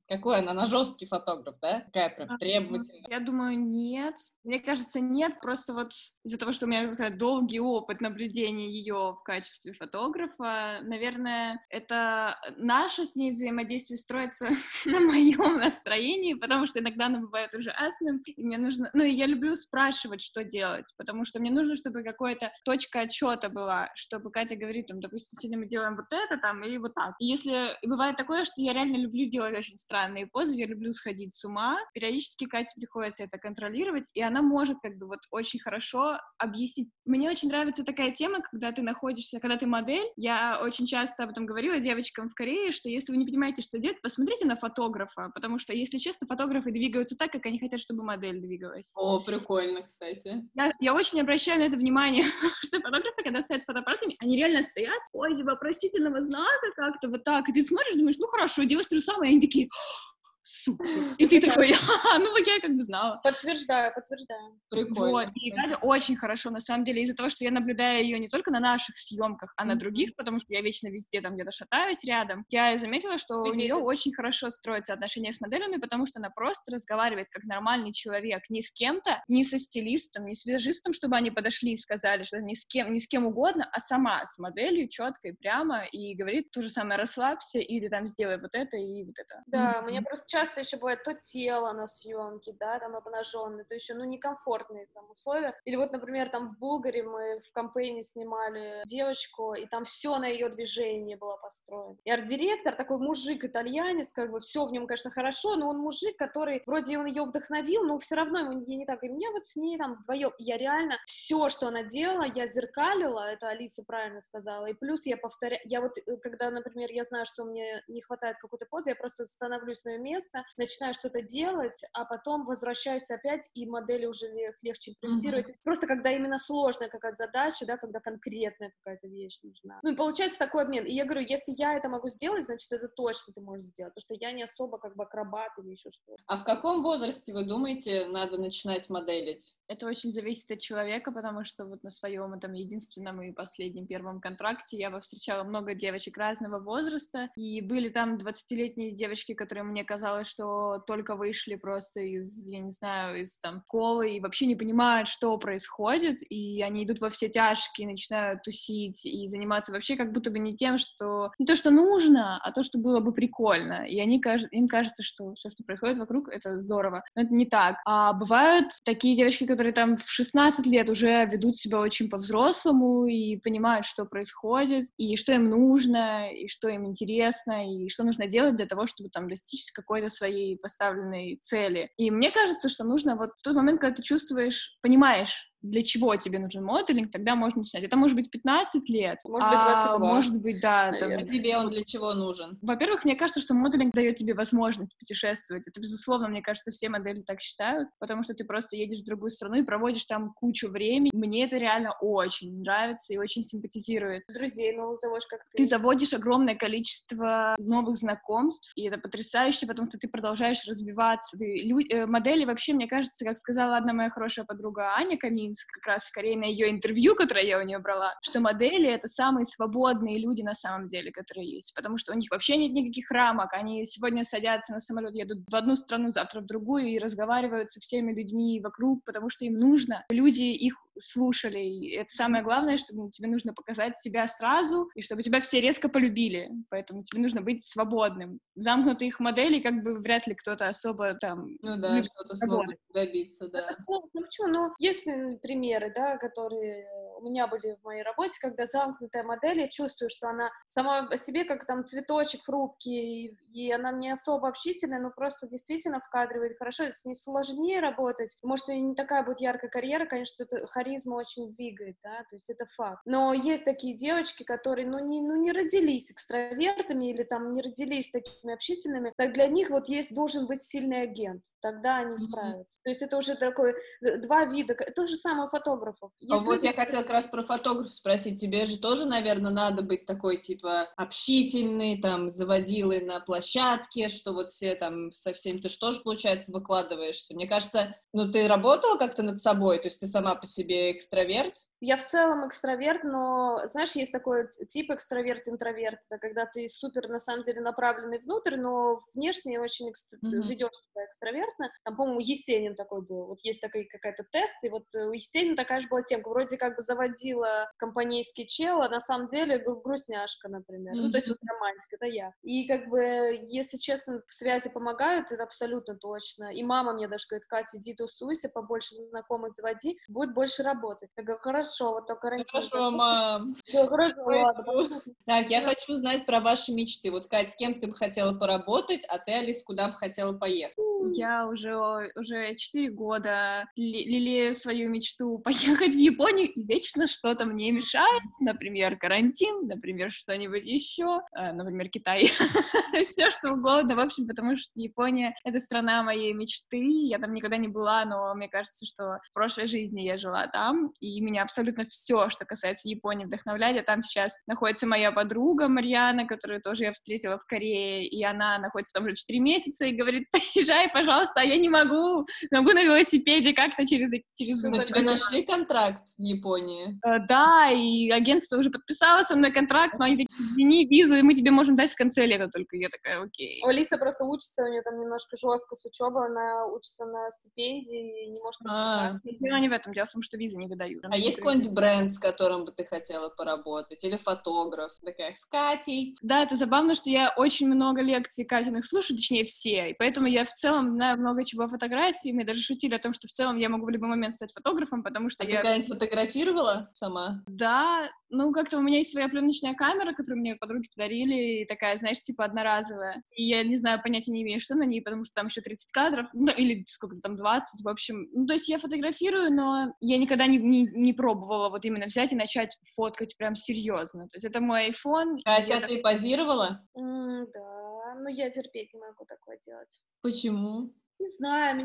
Какой она жесткий фотограф, да? Какая прям требовательная? Я думаю, нет. Мне кажется, нет, просто вот из-за того, что у меня, так сказать, долгий опыт наблюдения ее в качестве фотографа, наверное, это наше с ней взаимодействие строится на моем настроении, потому что иногда оно бывает ужасным, и мне нужно... Ну, и я люблю спрашивать, что делать, потому что мне нужно, чтобы какая-то точка отчета была, чтобы Катя говорит, там, допустим, сегодня мы делаем вот это, там, или вот так. И если... И бывает такое, что я реально люблю делать очень странные позы, я люблю сходить с ума, периодически Кате приходится это контролировать, и она может как бы вот очень хорошо объяснить. Мне очень нравится такая тема, когда ты находишься, когда ты модель. Я очень часто об этом говорила девочкам в Корее, что если вы не понимаете, что делать, посмотрите на фотографа, потому что, если честно, фотографы двигаются так, как они хотят, чтобы модель двигалась. О, прикольно, кстати. Я очень обращаю на это внимание, что фотографы, когда стоят с фотоаппаратами, они реально стоят в позе вопросительного знака как-то вот так, и ты смотришь, думаешь, ну хорошо, делаешь то же самое, и они такие... Супер. И ты такой, ну вот я как бы знала. Подтверждаю. Прикольно. Вот, и Катя очень хорошо, на самом деле, из-за того, что я наблюдаю ее не только на наших съемках, а на других, потому что я вечно везде там где-то шатаюсь рядом, я заметила, что у нее очень хорошо строятся отношения с моделями, потому что она просто разговаривает как нормальный человек, не с кем-то, не со стилистом, не с визажистом, чтобы они подошли и сказали, что ни с кем угодно, а сама с моделью четко и прямо, и говорит то же самое: расслабься, или там сделай вот это и вот это. Да, мне просто часто еще бывает то тело на съемке, да, там обнаженное, то еще, ну, некомфортные там условия. Или вот, например, там в Булгаре мы в кампейне снимали девочку, и там все на ее движении было построено. И арт-директор, такой мужик-итальянец, как бы все в нем, конечно, хорошо, но он мужик, который вроде он ее вдохновил, но все равно ему ей не так. И мне вот с ней там вдвоем, я реально все, что она делала, я зеркалила, это Алиса правильно сказала, и плюс я повторяю, я вот, когда, например, я знаю, что мне не хватает какой-то позы, я просто становлюсь на ее место, начинаю что-то делать, а потом возвращаюсь опять, и модели уже легче импровизировать. Просто когда именно сложная какая-то задача, да, когда конкретная какая-то вещь нужна. Ну и получается такой обмен. И я говорю, если я это могу сделать, значит, это точно ты можешь сделать, потому что я не особо как бы акробат или еще что-то. А в каком возрасте, вы думаете, надо начинать моделить? Это очень зависит от человека, потому что вот на своем этом единственном и последнем первом контракте я встречала много девочек разного возраста, и были там 20-летние девочки, которые, мне казалось, что только вышли просто из, я не знаю, из там школы и вообще не понимают, что происходит, и они идут во все тяжкие, начинают тусить и заниматься вообще как будто бы не тем, что... Не то, что нужно, а то, что было бы прикольно, и им кажется, что все, что происходит вокруг, это здорово, но это не так. А бывают такие девочки, которые там в 16 лет уже ведут себя очень по-взрослому и понимают, что происходит, и что им нужно, и что им интересно, и что нужно делать для того, чтобы там достичь какой-то своей поставленной цели. И мне кажется, что нужно вот в тот момент, когда ты чувствуешь, понимаешь, для чего тебе нужен моделинг, тогда можно начинать. Это может быть 15 лет, может быть 22. Может быть, да. А тебе он для чего нужен? Во-первых, мне кажется, что моделинг дает тебе возможность путешествовать. Это, безусловно, мне кажется, все модели так считают, потому что ты просто едешь в другую страну и проводишь там кучу времени. Мне это реально очень нравится и очень симпатизирует. Друзей новых заводишь, как ты. Ты заводишь огромное количество новых знакомств, и это потрясающе, потому что ты продолжаешь развиваться. Модели вообще, мне кажется, как сказала одна моя хорошая подруга Аня Каминск, как раз в Корее на ее интервью, которое я у нее брала, что модели — это самые свободные люди на самом деле, которые есть, потому что у них вообще нет никаких рамок, они сегодня садятся на самолет, едут в одну страну, завтра в другую и разговаривают со всеми людьми вокруг, потому что им нужно. Люди их слушали, и это самое главное, что тебе нужно показать себя сразу, и чтобы тебя все резко полюбили, поэтому тебе нужно быть свободным. Замкнутых моделей как бы вряд ли кто-то особо там... Ну да, что-то сможет добиться, да. Ну почему? Ну, есть примеры, да, которые у меня были в моей работе, когда замкнутая модель, я чувствую, что она сама по себе как там цветочек хрупкий, и она не особо общительная, но просто действительно вкадривает хорошо, с ней сложнее работать. Может, и не такая будет яркая карьера, конечно, это харизма очень двигает, да, то есть это факт. Но есть такие девочки, которые, не родились экстравертами или там не родились такими общительными, так для них вот должен быть сильный агент, тогда они справятся. То есть это уже такой два вида, то же самое у фотографов. Вот я хотела как раз про фотографов спросить. Тебе же тоже, наверное, надо быть такой, типа, общительный, там, заводилой на площадке, что вот все там со всеми, ты же тоже, получается, выкладываешься. Мне кажется, ну, ты работала как-то над собой, то есть ты сама по себе экстраверт? Я в целом экстраверт, но, знаешь, есть такой тип экстраверт-интроверт, это когда ты супер, на самом деле, направленный внутрь, но внешне очень ведешь себя экстравертно. Там, по-моему, Есенин такой был. Вот есть такой какая-то тест, и вот у Есенина такая же была темка. Вроде как бы заводила компанейский чел, а на самом деле грустняшка, например. Ну, то есть вот романтик, это я. И как бы, если честно, связи помогают, это абсолютно точно. И мама мне даже говорит: Катя, иди тусуйся, побольше знакомых заводи, будет больше работать. Я говорю: хорошо, вот только карантин. Хорошо, мам. Да, хорошо, ладно. Так, я хочу знать про ваши мечты. Вот, Кать, с кем ты бы хотела поработать, а ты, Алис, куда бы хотела поехать? Я уже 4 года лелею свою мечту поехать в Японию, и вечно что-то мне мешает. Например, карантин, например, что-нибудь еще, например, Китай. Все что угодно, в общем, потому что Япония — это страна моей мечты. Я там никогда не была, но мне кажется, что в прошлой жизни я жила там, и меня абсолютно все, что касается Японии, вдохновляет. А там сейчас находится моя подруга Марьяна, которую тоже я встретила в Корее, и она находится там уже 4 месяца и говорит: приезжай, пожалуйста, а я не могу на велосипеде как-то через... Мы тебе нашли контракт в Японии? Да, и агентство уже подписало со мной контракт, но они такие: извини, визу, и мы тебе можем дать в конце лета только. Я такая: окей. Алиса просто учится, у нее там немножко жестко с учебой, она учится на стипендии и не может пропускать. Дело не в этом, дело в том, что визы не выдают. А есть какой-нибудь бренд, с которым бы ты хотела поработать? Или фотограф? Такая, с Катей. Да, это забавно, что я очень много лекций Катиных слушаю, точнее, все, и поэтому я в целом знаю много чего о фотографии. Мы даже шутили о том, что в целом я могу в любой момент стать фотографом, потому что Ты я... когда-нибудь фотографировала сама? Да, ну, как-то у меня есть своя пленочная камера, которую мне подруги подарили, и такая, знаешь, типа одноразовая. И я не знаю, понятия не имею, что на ней, потому что там еще 30 кадров, ну, или сколько там, 20, в общем. Ну, то есть я фотографирую, но я никогда не пробовала вот именно взять и начать фоткать прям серьезно. То есть это мой iPhone. Катя, ты позировала? Да, но я терпеть не могу такое делать. Почему? Не знаю,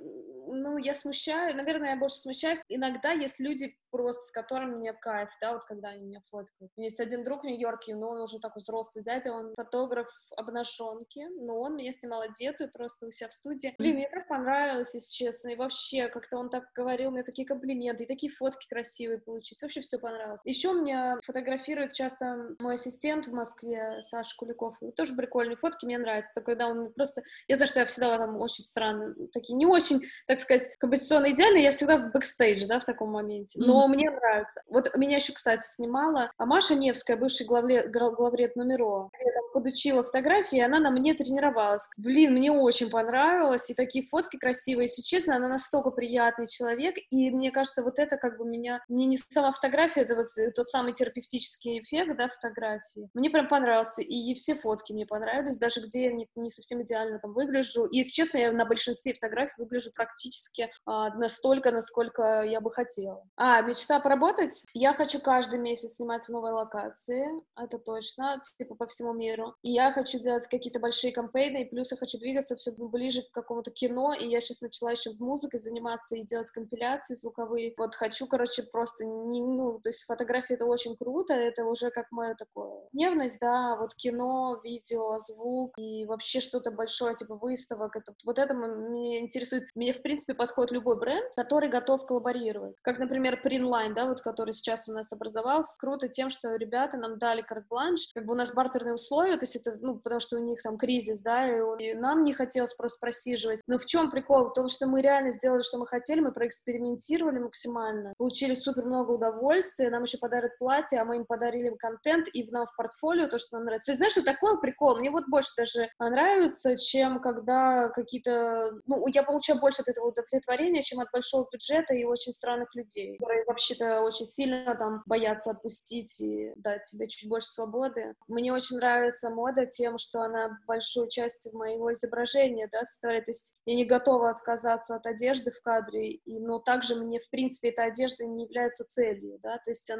я смущаю, наверное, я больше смущаюсь иногда, есть люди просто, с которыми мне кайф, да, вот когда они меня фоткают. У меня есть один друг в Нью-Йорке, но он уже такой взрослый дядя, он фотограф обнаженки, но он меня снимал одетую просто у себя в студии. Блин, мне так понравилось, если честно, и вообще, как-то он так говорил, мне такие комплименты, и такие фотки красивые получились, вообще все понравилось. Еще меня фотографирует часто мой ассистент в Москве, Саша Куликов, и тоже прикольные фотки, мне нравится, то когда он просто, я знаю, что я всегда там очень странно, такие не очень, так сказать, композиционно идеальные, я всегда в бэкстейдже, да, в таком моменте, но мне нравится. Вот меня еще, кстати, снимала Маша Невская, бывший главред Нумеро. Я там подучила фотографии, и она на мне тренировалась. Блин, мне очень понравилось, и такие фотки красивые. Если честно, она настолько приятный человек, и мне кажется, вот это как бы мне не сама фотография, это вот тот самый терапевтический эффект, да, фотографии. Мне прям понравился, и все фотки мне понравились, даже где я не совсем идеально там выгляжу. И, если честно, я на большинстве фотографий выгляжу практически настолько, насколько я бы хотела. Мечта поработать? Я хочу каждый месяц снимать в новой локации, это точно, типа по всему миру. И я хочу делать какие-то большие кампейны, и плюс я хочу двигаться все ближе к какому-то кино, и я сейчас начала еще музыкой заниматься и делать компиляции звуковые. Вот хочу, короче, просто, то есть фотография — это очень круто, это уже как моя такое нервность, да, вот кино, видео, звук и вообще что-то большое, типа выставок, вот это меня интересует. Мне, в принципе, подходит любой бренд, который готов коллаборировать. Как, например, Printline, да, вот который сейчас у нас образовался. Круто тем, что ребята нам дали карт-бланш, как бы у нас бартерные условия, то есть это, потому что у них там кризис, да, и нам не хотелось просто просиживать. Но в чем прикол? В том, что мы реально сделали, что мы хотели, мы проэкспериментировали максимально, получили супер много удовольствия, нам еще подарят платье, а мы им подарили контент и нам в портфолио то, что нам нравится. То есть, знаешь, что такое прикол? Мне вот больше даже нравится, чем когда какие-то... я получаю больше от этого удовлетворения, чем от большого бюджета и очень странных людей, которые вообще-то очень сильно там боятся отпустить и дать тебе чуть больше свободы. Мне очень нравится мода тем, что она большую часть моего изображения, да, составляет. То есть я не готова отказаться от одежды в кадре, но также мне, в принципе, эта одежда не является целью, да, то есть она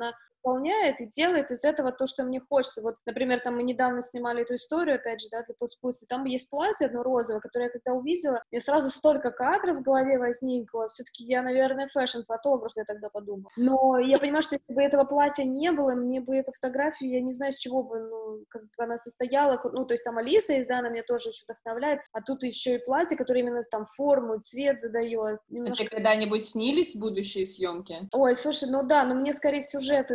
наполняет и делает из этого то, что мне хочется. Вот, например, там мы недавно снимали эту историю, опять же, да, для Пусть-Пусть, и там есть платье одно розовое, которое я когда увидела, мне сразу столько кадров в голове возникло, все-таки я, наверное, фэшн-фотограф, я тогда подумала. Но я понимаю, что если бы этого платья не было, мне бы эту фотографию, я не знаю, с чего бы, ну, как бы она состояла, ну, то есть там Алиса есть, да, она меня тоже очень вдохновляет, а тут еще и платье, которое именно там форму, цвет задает. А тебе когда-нибудь снились будущие съемки? Ой, слушай, ну да, но мне скорее сюжеты,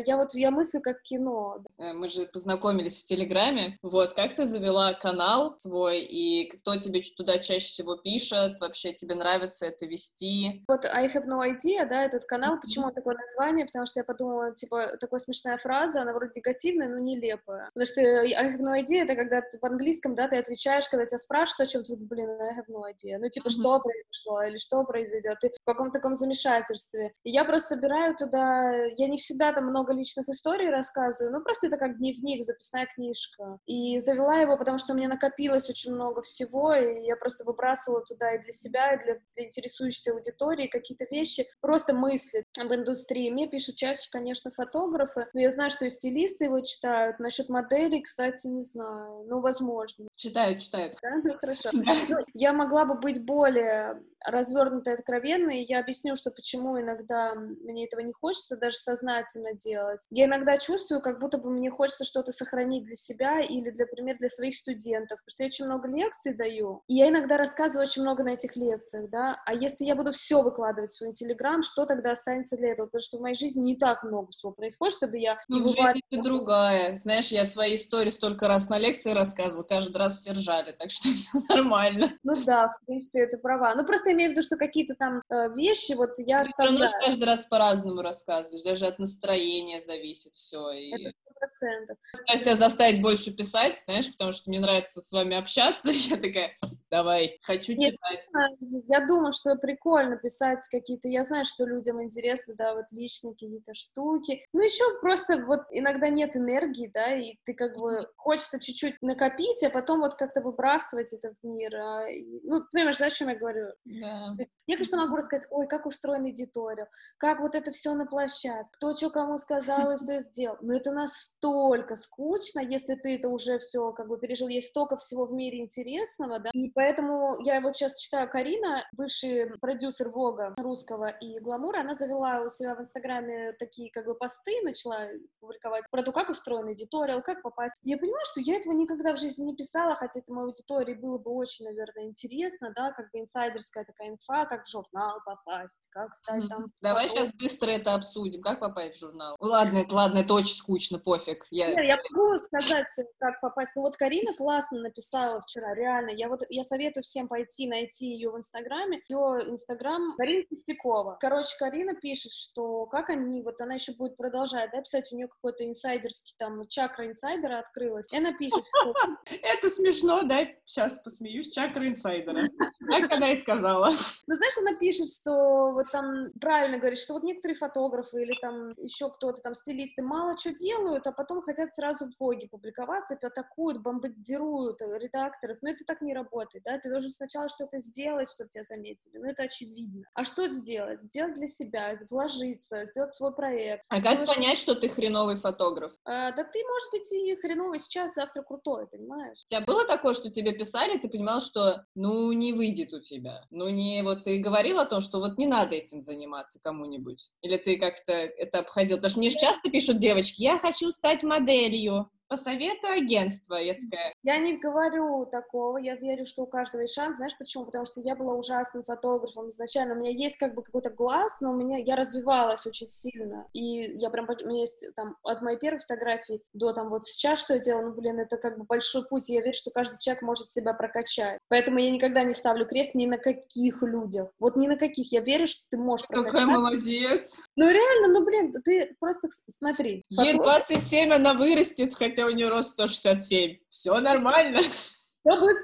я мыслю как кино. Мы же познакомились в Телеграме, вот, как ты завела канал свой, и кто тебе туда чаще всего пишет, вообще тебе нравится это вести? Вот I have no idea, да, этот канал, почему такое название, потому что я подумала, типа, такая смешная фраза, она вроде негативная, но нелепая, потому что I have no idea, это когда ты в английском, да, ты отвечаешь, когда тебя спрашивают о чем-то, блин, I have no idea, ну, типа, что произошло, или что произойдет, ты в каком-то таком замешательстве, и я просто собираю туда, я не всегда там много личных историй рассказываю, ну, просто это как дневник, записная книжка, и завела его, потому что у меня накопилось очень много всего, и я просто выбрасывала туда и для себя, и для интересующейся аудитории какие-то вещи, просто мысли об индустрии. Мне пишут чаще, конечно, фотографы, но я знаю, что и стилисты его читают. Насчет моделей, кстати, не знаю, ну, возможно. Читают. Да? Ну, хорошо. Ну, я могла бы быть более развернутой и откровенной, и я объясню, что почему иногда мне этого не хочется даже сознательно делать. Я иногда чувствую, как будто бы мне хочется что-то сохранить для себя или, например, для своих студентов, потому что я очень много лекций даю, и я иногда рассказываю очень много на этих лекциях, да, а если я буду все выкладывать в свой Инстаграм, что тогда останется для этого? Потому что в моей жизни не так много всего происходит, чтобы я не Ну, в жизни ты другая. Знаешь, я свои истории столько раз на лекции рассказывала, каждый раз все ржали, так что все нормально. Ну да, в принципе, это права. Ну, просто имею в виду, что какие-то там вещи вот я Ты все равно оставляю. же каждый раз по-разному рассказываешь, даже от настроения зависит все. Это И 100%. пытаюсь себя заставить больше писать, знаешь, потому что мне нравится с вами общаться. Я такая, давай, хочу Нет, читать. я думаю, что прикольно писать какие-то, я знаю, что людям интересно, да, вот личные какие-то штуки, ну, еще просто вот иногда нет энергии, да, и ты как бы хочется чуть-чуть накопить, а потом вот как-то выбрасывать это в мир, ну, понимаешь, да, о чем я говорю? Да. Я, конечно, могу рассказать, ой, как устроен эдиториал, как вот это все на площадке, кто что кому сказал и все сделал. Но это настолько скучно, если ты это уже все как бы пережил. Есть столько всего в мире интересного, да. И поэтому я вот сейчас читаю Карина, бывший продюсер Вога русского и Гламура, она завела у себя в Инстаграме такие как бы посты, начала публиковать про то, как устроен эдиториал, как попасть. Я понимаю, что я этого никогда в жизни не писала, хотя это моей аудитории было бы очень, наверное, интересно, да, как бы инсайдерская такая инфа, как в журнал попасть, как стать там... Давай сейчас быстро это обсудим. Как попасть в журнал? Ладно, это очень скучно, пофиг. Нет, я могу сказать, как попасть. Ну вот Карина классно написала вчера, реально. Я советую всем пойти найти ее в Инстаграме. Ее Инстаграм Карина Костякова. Короче, Карина пишет, что как они, вот она еще будет продолжать, да, писать, у нее какой-то инсайдерский там чакра инсайдера открылась. И она пишет, что... Это смешно, да? Сейчас посмеюсь. Чакра инсайдера. Как она и сказала. Ну, знаешь, она пишет, что вот там правильно говорит, что вот некоторые фотографы или там еще кто-то там стилисты мало что делают, а потом хотят сразу в Воге публиковаться, атакуют, бомбардируют редакторов. Но это так не работает, да? Ты должен сначала что-то сделать, чтобы тебя заметили. Ну, это очевидно. А что сделать? Сделать для себя, вложиться, сделать свой проект. А как понять, что ты хреновый фотограф? Да ты, может быть, и хреновый сейчас, завтра крутой, понимаешь? У тебя было такое, что тебе писали, ты понимал, что, ну, не выйдет у тебя? Ну, не, вот ты говорил о том, что вот не надо этим заниматься кому-нибудь? Или ты как-то это обходил? Потому что мне же часто пишут девочки, я хочу стать моделью. По совету агентства. Я такая... Я не говорю такого, я верю, что у каждого есть шанс. Знаешь почему? Потому что я была ужасным фотографом изначально. У меня есть как бы какой-то глаз, но я развивалась очень сильно. И я прям, у меня есть там от моей первой фотографии до там вот сейчас, что я делаю, ну, блин, это как бы большой путь. И я верю, что каждый человек может себя прокачать. Поэтому я никогда не ставлю крест ни на каких людях. Вот ни на каких. Я верю, что ты можешь прокачать. Какая молодец. Ну, реально, ну, блин, ты просто смотри. Ей 27, она вырастет, хотя у нее рост 167. Все нормально. Все будет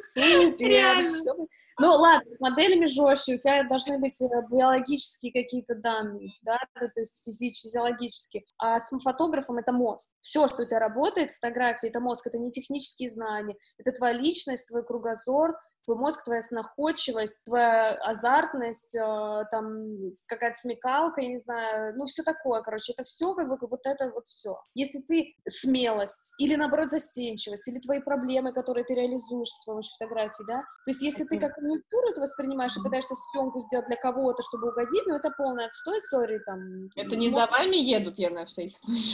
супер. Ну, ладно, с моделями жестче, у тебя должны быть биологические какие-то данные, да, то есть физиологические, а с фотографом это мозг. Все, что у тебя работает, фотографии, это мозг, это не технические знания, это твоя личность, твой кругозор, твой мозг, твоя находчивость, твоя азартность, там, какая-то смекалка, я не знаю, ну, все такое, короче, это все как бы вот это вот все. Если ты смелость, или, наоборот, застенчивость, или твои проблемы, которые ты реализуешь с помощью фотографий, да, то есть если ты как конъюнктуру это воспринимаешь и пытаешься съемку сделать для кого-то, чтобы угодить, ну, это полный отстой, сори, там... Это не за вами едут, я на всякий случай.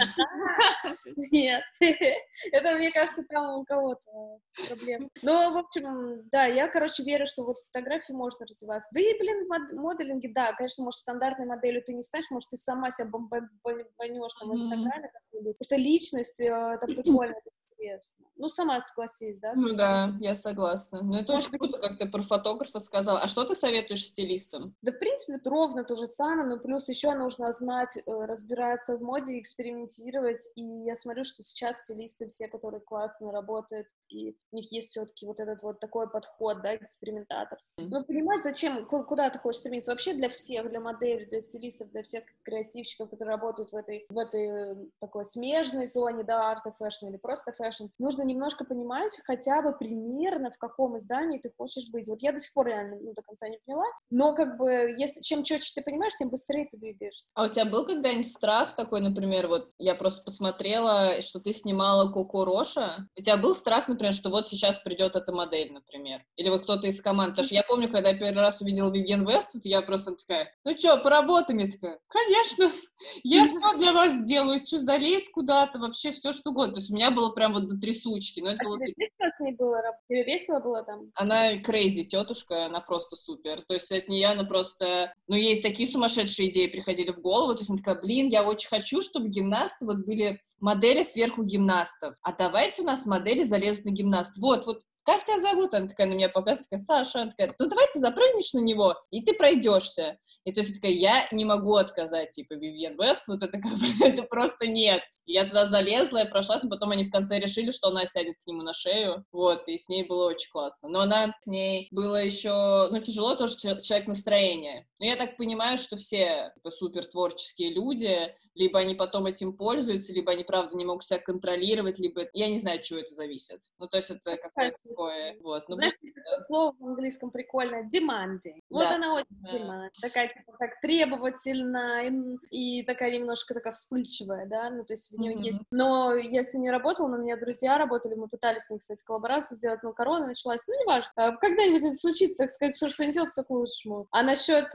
Нет, это, мне кажется, там у кого-то проблема. Но, в общем, да, я, короче, верю, что вот в фотографии можно развиваться. Да и, блин, в моделинге, да, конечно, может, стандартной моделью ты не станешь, может, ты сама себя бомбанешь там в Инстаграме как-нибудь, потому что личность, это прикольно, это интересно. Ну, сама согласись, да? Ну да, я согласна. Ну это Может очень быть, круто, как ты про фотографа сказала. А что ты советуешь стилистам? да, в принципе, это ровно то же самое, но плюс еще нужно знать, разбираться в моде, экспериментировать, и я смотрю, что сейчас стилисты все, которые классно работают, и у них есть все-таки вот этот вот такой подход, да, экспериментаторский. Ну, понимать, зачем, куда ты хочешь стремиться. Вообще для всех, для моделей, для стилистов, для всех креативщиков, которые работают в этой такой смежной зоне, да, арта, фэшн или просто фэшн, нужно немножко понимать хотя бы примерно, в каком издании ты хочешь быть. Вот я до сих пор реально, до конца не поняла, но как бы, если чем четче ты понимаешь, тем быстрее ты двигаешься. А у тебя был когда-нибудь страх такой, например, вот я просто посмотрела, что ты снимала Коко Роша. У тебя был страх, например, что вот сейчас придет эта модель, например? Или вот кто-то из команд? Потому что я помню, когда я первый раз увидела Вивьен Вествуд, я просто такая, ну что, поработаем? Я такая, конечно, я все для вас сделаю, что залезь куда-то, вообще все что угодно. То есть у меня было прям вот до трясучки. Но это было... тебе весело с ней было? Тебе весело было там? Она crazy тетушка, она просто супер. То есть от нее она просто... Ну, ей такие сумасшедшие идеи приходили в голову. То есть она такая, блин, я очень хочу, чтобы гимнасты вот были модели сверху гимнастов. А давайте у нас модели залезут на гимнаст. Вот, как тебя зовут? Она такая на меня показывает, такая, Саша. Она такая, ну, давай ты запрыгнешь на него, и ты пройдешься. И то есть я такая, я не могу отказать, типа, Вивьен Вествуд, это как бы, это просто нет. И я туда залезла, я прошлась, но потом они в конце решили, что она сядет к нему на шею, вот, и с ней было очень классно. Но с ней было еще, ну, тяжело тоже человек настроения. Но я так понимаю, что все супер творческие люди, либо они потом этим пользуются, либо они, правда, не могут себя контролировать, либо, я не знаю, от чего это зависит. Ну, то есть это какое-то такое, вот. Ну, знаешь, есть такое слово в английском прикольное, demanding. Вот да. она очень demanding, такая, типа, так требовательная и такая немножко такая вспыльчивая, да, ну, то есть в нее есть. Но я с ней не работала, но у меня друзья работали, мы пытались с ней, кстати, коллаборацию сделать, но корона началась, ну, неважно, когда-нибудь это случится, так сказать, что не делать, все к лучшему. А насчет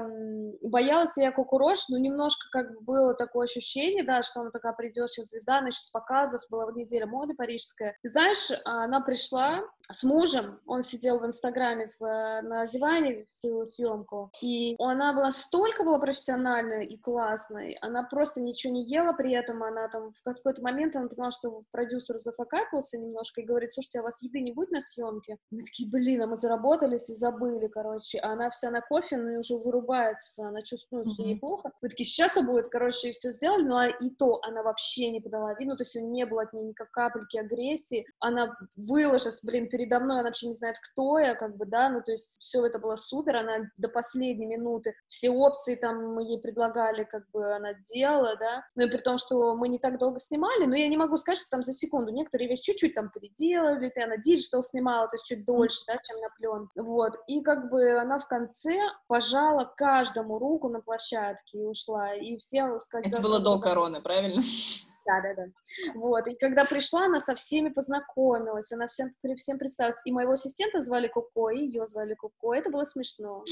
боялась я Коко Рош, ну, немножко как бы было такое ощущение, да, что она такая придет, сейчас звезда, она еще с показов, была неделя моды парижская. Ты знаешь, она пришла с мужем, он сидел в Инстаграме на диване всю съемку, и она была профессиональной и классной, она просто ничего не ела при этом, она там в какой-то момент она поняла, что продюсер зафакапился немножко и говорит, слушайте, а у вас еды не будет на съемке? Мы такие, блин, а мы заработались и забыли, короче, а она вся на кофе, ну и уже вырубается, она чувствует, что ей плохо. Мы такие, сейчас будет, короче, и все сделали, но и то она вообще не подала виду, то есть не было от нее никакой капельки агрессии, она выложилась, блин, передо мной, она вообще не знает, кто я, как бы, да, ну, то есть все это было супер, она до последней минуты, все опции там мы ей предлагали, как бы, она делала, да, ну, и при том, что мы не так долго снимали, но я не могу сказать, что там за секунду, некоторые вещи чуть-чуть там переделали, она диджитал снимала, то есть чуть дольше, да, чем на пленке, вот, и как бы она в конце пожала каждому руку на площадке и ушла, и все сказали, это было до короны, правильно? Да. Вот, и когда пришла, она со всеми познакомилась, она всем представилась. И моего ассистента звали Коко, и ее звали Коко. Это было смешно.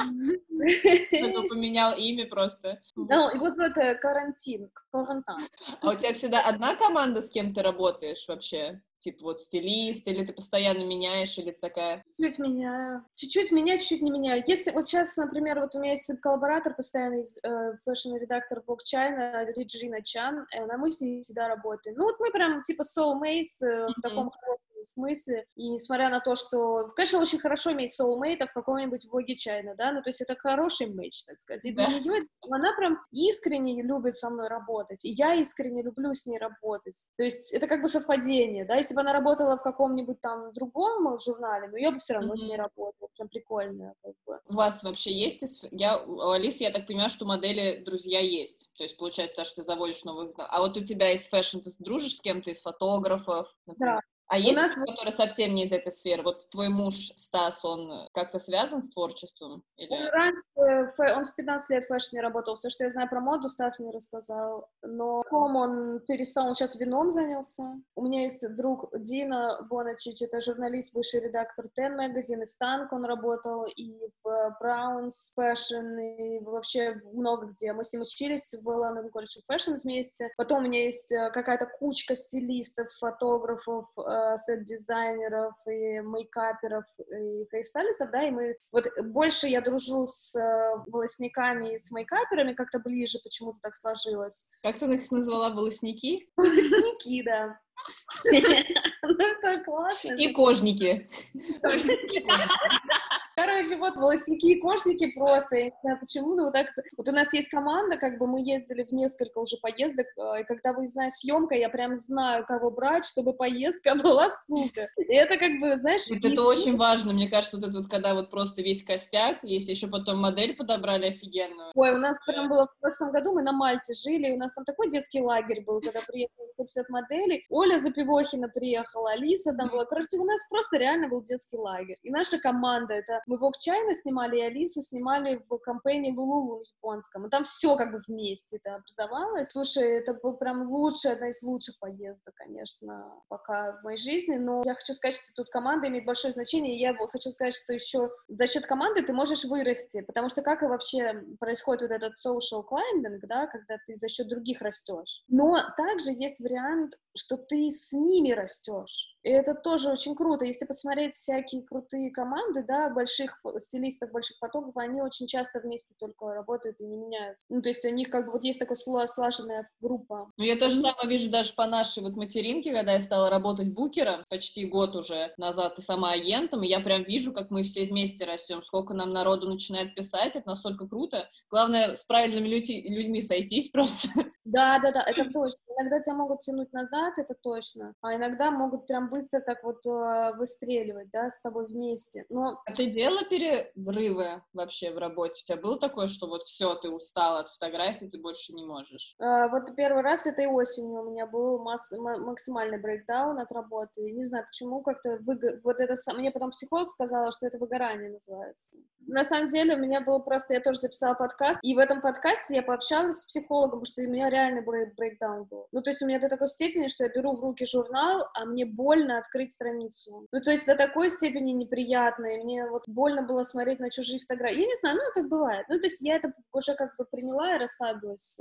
Кто поменял имя просто. Его зовут Карантин. А у тебя всегда одна команда, с кем ты работаешь вообще? Типа вот стилист, или ты постоянно меняешь, или ты такая... Чуть-чуть меняю, чуть-чуть не меняю. Если вот сейчас, например, вот у меня есть коллаборатор постоянный, фэшн-редактор Vogue China, Реджина Чан, мы с ней всегда работаем. Ну вот мы прям типа soulmates в таком хорошем смысле, и несмотря на то, что, конечно, очень хорошо иметь soulmate в каком-нибудь Vogue China, да, ну то есть это хороший матч, так сказать. И для нее она прям искренне любит со мной работать, и я искренне люблю с ней работать. То есть это как бы совпадение, да, если бы она работала в каком-нибудь там другом журнале, но я бы все равно с ней работала, прям прикольно. Как бы. У вас вообще есть, у Алисы, я так понимаю, что модели друзья есть, то есть получается, что ты заводишь новых, а вот у тебя из фэшн, ты дружишь с кем-то из фотографов, например? Да. А У есть нас люди, которые совсем не из этой сферы? Вот твой муж Стас, он как-то связан с творчеством? Он Или... раньше, он в 15 лет в фэшне работал. Все, что я знаю про моду, Стас мне рассказал. Но потом он перестал, он сейчас вином занялся. У меня есть друг Дина Боначич, это журналист, бывший редактор Ten Magazine, и в Танк он работал, и в Браунс Fashion, и вообще много где. Мы с ним учились в London College of Fashion вместе. Потом у меня есть какая-то кучка стилистов, фотографов, сет-дизайнеров и мейкаперов, и хейрстайлистов, да, и мы... Вот больше я дружу с волосниками и с мейкаперами, как-то ближе почему-то так сложилось. Как ты их назвала, волосники? Волосники, да. Ну, это классно. И кожники. Короче, вот волосники и кошники просто, я не знаю почему, но вот так, вот у нас есть команда, как бы мы ездили в несколько уже поездок, и когда выездная съемка, я прям знаю, кого брать, чтобы поездка была супер. И это как бы, знаешь... Вот это очень важно, мне кажется, вот это вот, когда вот просто весь костяк, если еще потом модель подобрали офигенную. Ой, у нас прям было в прошлом году, мы на Мальте жили, и у нас там такой детский лагерь был, когда приехали 150 моделей, Оля Запивохина приехала, Алиса там была, короче, у нас просто реально был детский лагерь. И наша команда, это мы Vogue China снимали, и Алису снимали в кампейне Lululemon японском, и там все как бы вместе это образовалось. Слушай, это был прям лучшая, одна из лучших поездок, конечно, пока в моей жизни, но я хочу сказать, что тут команда имеет большое значение, и я хочу сказать, что еще за счет команды ты можешь вырасти, потому что как и вообще происходит вот этот social climbing, да, когда ты за счет других растешь. Но также есть вариант, что ты с ними растешь. И это тоже очень круто. Если посмотреть всякие крутые команды, да, больших стилистов, больших фотографов, они очень часто вместе только работают и не меняются. Ну, то есть у них как бы вот есть такая слаженная группа. Ну, я тоже самое вижу даже по нашей вот материнке, когда я стала работать букером, почти год уже назад, и сама агентом, и я прям вижу, как мы все вместе растем, сколько нам народу начинает писать, это настолько круто. Главное, с правильными людьми сойтись просто. Да, это точно. Иногда тебя могут тянуть назад, это точно, а иногда могут прям быстро так вот выстреливать, да, с тобой вместе. Но... А ты делала перерывы вообще в работе? У тебя было такое, что вот все, ты устала от фотографий, ты больше не можешь? Вот первый раз этой осенью у меня был максимальный брейкдаун от работы. Не знаю, почему как-то вот это мне потом психолог сказала, что это выгорание называется. На самом деле у меня было просто, я тоже записала подкаст, и в этом подкасте я пообщалась с психологом, потому что у меня реально брейкдаун был. Ну, то есть у меня до такой степени, что я беру в руки журнал, а мне больно открыть страницу. Ну, то есть до такой степени неприятно, и мне вот больно было смотреть на чужие фотографии. Я не знаю, ну, так бывает. Ну, то есть я это уже как бы приняла и расслабилась.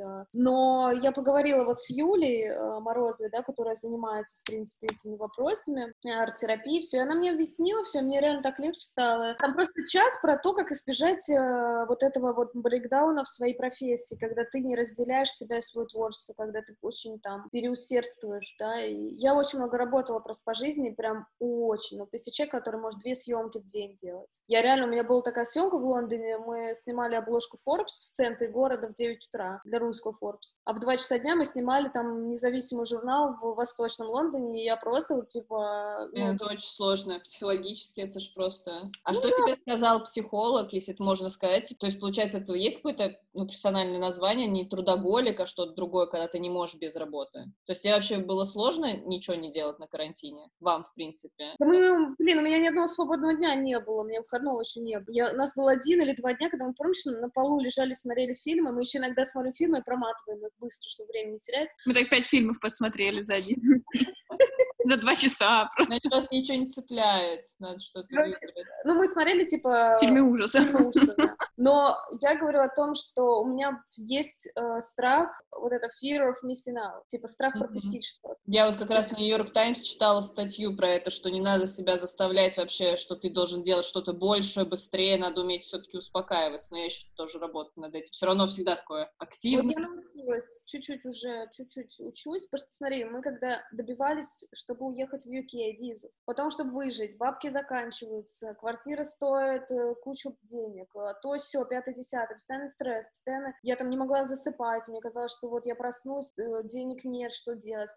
Но я поговорила вот с Юлей Морозовой, да, которая занимается, в принципе, этими вопросами, арт-терапией, все, и она мне объяснила, все, мне реально так легче стало. Там просто час про то, как избежать вот этого вот брейкдауна в своей профессии, когда ты не разделяешь себя и свое творчество, когда ты очень там переусердствуешь, да, и я очень много работала просто по жизни, прям очень, ну, то есть человек, который может 2 съемки в день делать. Я реально, у меня была такая съемка в Лондоне, мы снимали обложку Forbes в центре города в 9 утра для русского Forbes, а в 2 часа дня мы снимали там независимый журнал в Восточном Лондоне, и я просто вот типа... Ну, это очень сложно, психологически это же просто... А что тебе сказал психолог, если это можно сказать? То есть, получается, это есть какое-то профессиональное название, не трудоголик, а что-то другое, когда ты не можешь без работы? То есть тебе вообще было сложно ничего не делать на карантине? Вам, в принципе? Да блин, у меня ни одного свободного дня не было, у меня выходного еще не было. У нас было 1 или 2 дня, когда мы, помнишь, на полу лежали, смотрели фильмы, мы еще иногда смотрим фильмы и проматываем их быстро, чтобы время не терять. Мы так 5 фильмов посмотрели за один. За 2 часа просто. Значит, вас ничего не цепляет, надо что-то выбрать. Ну, мы смотрели, типа... Фильмы ужаса. Да. Но я говорю о том, что у меня есть страх, вот это fear of missing out, типа страх пропустить что-то. Я вот как раз в Нью-Йорк Таймс читала статью про это, что не надо себя заставлять вообще, что ты должен делать что-то больше, быстрее, надо уметь все-таки успокаиваться. Но я еще тоже работаю над этим. Все равно всегда такое активное. Вот я научилась, чуть-чуть учусь, потому что, смотри, мы когда добивались, чтобы уехать в UK, визу, потом, чтобы выжить, бабки заканчиваются, квартира стоит кучу денег, то все, 5-10, постоянный стресс, постоянно я там не могла засыпать, мне казалось, что вот я проснусь, денег нет, что делать, потом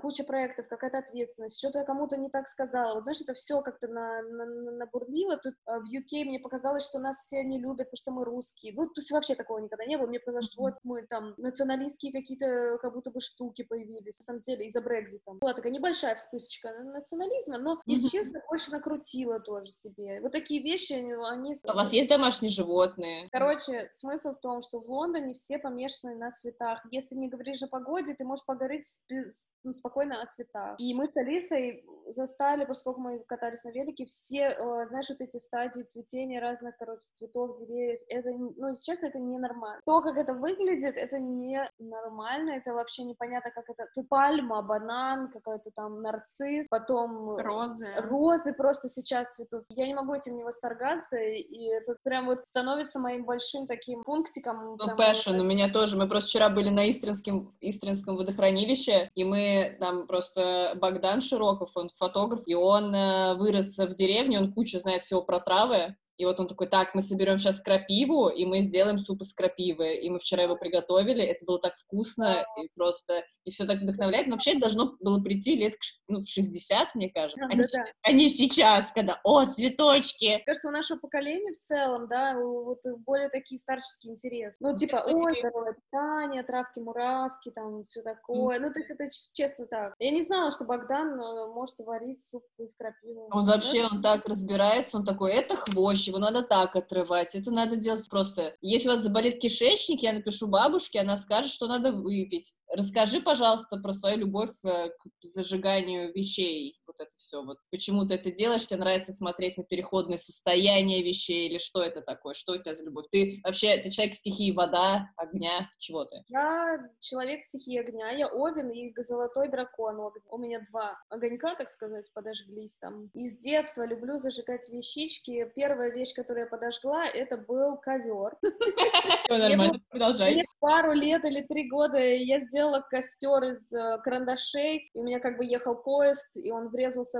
куча проектов, какая-то ответственность, что-то я кому-то не так сказала. Вот знаешь, это все как-то набурлило. Тут в UK мне показалось, что нас все не любят, потому что мы русские. Ну, то есть вообще такого никогда не было. Мне показалось, что вот мы там националистские какие-то как будто бы штуки появились. На самом деле из-за Брексита. Была такая небольшая вспышечка национализма, но, если честно, больше накрутила тоже себе. Вот такие вещи, они... А у вас есть домашние животные? Короче, смысл в том, что в Лондоне все помешаны на цветах. Если не говоришь о погоде, ты можешь поговорить спокойно о цветах. И мы с Алисой застали, поскольку мы катались на велике, все, знаешь, вот эти стадии цветения разных, короче, цветов, деревьев. Это, ну, если честно, это ненормально. То, как это выглядит, это ненормально, это вообще непонятно, как это... Тут пальма, банан, какой-то там нарцисс, потом... Розы просто сейчас цветут. Я не могу этим не восторгаться, и это прям вот становится моим большим таким пунктиком. Ну, passion, у меня тоже. Мы просто вчера были на Истринском водохранилище, и мы там просто... Богдан Широков, он фотограф, и он вырос в деревне, он кучу знает всего про травы. И вот он такой, так, мы соберем сейчас крапиву, и мы сделаем суп из крапивы. И мы вчера его приготовили, это было так вкусно, и просто, и все так вдохновляет. Но вообще это должно было прийти лет, в 60, мне кажется, а не сейчас, когда, цветочки. Мне кажется, у нашего поколения в целом, да, вот более такие старческие интересы. Ну, типа, здоровое питание, травки-муравки, там, все такое. Ну, то есть это честно так. Я не знала, что Богдан может варить суп из крапивы. Он вообще, он так разбирается, он такой, это хвощ, его надо так отрывать, это надо делать просто. Если у вас заболит кишечник, я напишу бабушке, она скажет, что надо выпить. Расскажи, пожалуйста, про свою любовь к зажиганию вещей, вот это все. Вот почему ты это делаешь, тебе нравится смотреть на переходные состояния вещей, или что это такое, что у тебя за любовь? Ты человек стихии вода, огня, чего ты? Я человек стихии огня, я Овен и золотой дракон. У меня 2 огонька, так сказать, подожглись там. И с детства люблю зажигать вещички. Первая вещь, которую я подожгла, это был ковер. Нормально, продолжай. Пару лет или 3 года я сделала костер из карандашей, и у меня как бы ехал поезд, и он врезался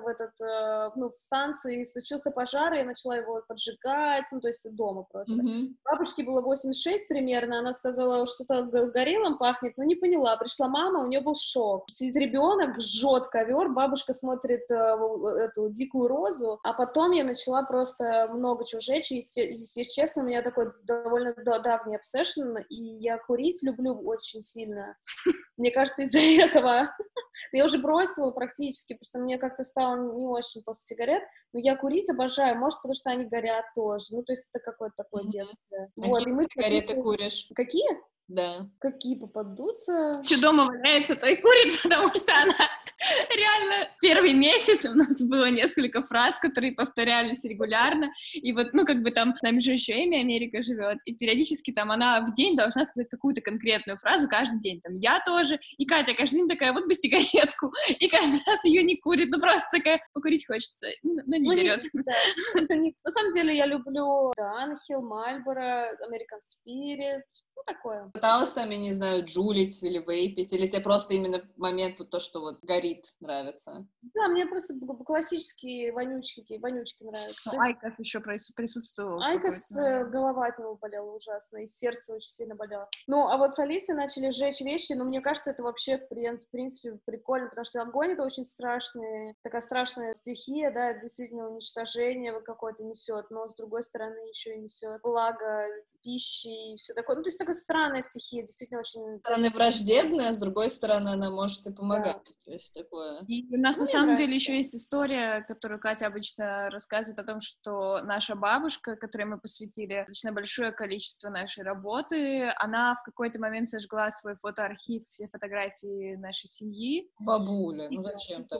в станцию, и случился пожар, и я начала его поджигать, ну, то есть дома просто. Бабушке было 86 примерно, она сказала, что-то горелым пахнет, но не поняла. Пришла мама, у нее был шок. Сидит ребенок, жжет ковер, бабушка смотрит эту дикую розу, а потом я начала просто много чего жечь, и, если честно, у меня такой довольно давний обсессион, и я курить люблю очень сильно. Мне кажется, из-за этого я уже бросила практически, потому что мне как-то стало не очень после сигарет, но я курить обожаю, может, потому что они горят тоже, ну, то есть это какое-то такое детское. Вот, и мы сигареты куришь? Какие? Да. Какие попадутся? Что дома валяется, то и курит, потому что она реально первый месяц у нас было несколько фраз, которые повторялись регулярно, и вот, ну, как бы там, с нами же еще Эми Америка живет, и периодически там она в день должна сказать какую-то конкретную фразу каждый день, там, я тоже, и Катя каждый день такая, вот бы сигаретку, и каждый раз ее не курит, ну, просто такая, покурить хочется, но не берет. На самом деле я люблю Dunhill, Marlboro, American Spirit, ну, такое. Пыталась там, я не знаю, джулить или вейпить, или тебе просто именно момент вот то, что вот горит, нравится? Да, мне просто классические вонючки нравятся. Айкос еще присутствовал. Айкос, голова от него болела ужасно, и сердце очень сильно болело. Ну, а вот с Алисой начали сжечь вещи, но мне кажется, это вообще, в принципе, прикольно, потому что огонь — это очень такая страшная стихия, да, действительно уничтожение какое-то несет, но, с другой стороны, еще и несет благо пищи и все такое. Ну, то есть такая странная стихия, действительно очень... С одной стороны враждебная, а с другой стороны она может и помогать. Да. То есть такое... И у нас на самом деле еще есть история, которую Катя обычно рассказывает о том, что наша бабушка, которой мы посвятили достаточно большое количество нашей работы, она в какой-то момент сожгла свой фотоархив, все фотографии нашей семьи. Бабуля, ну зачем-то?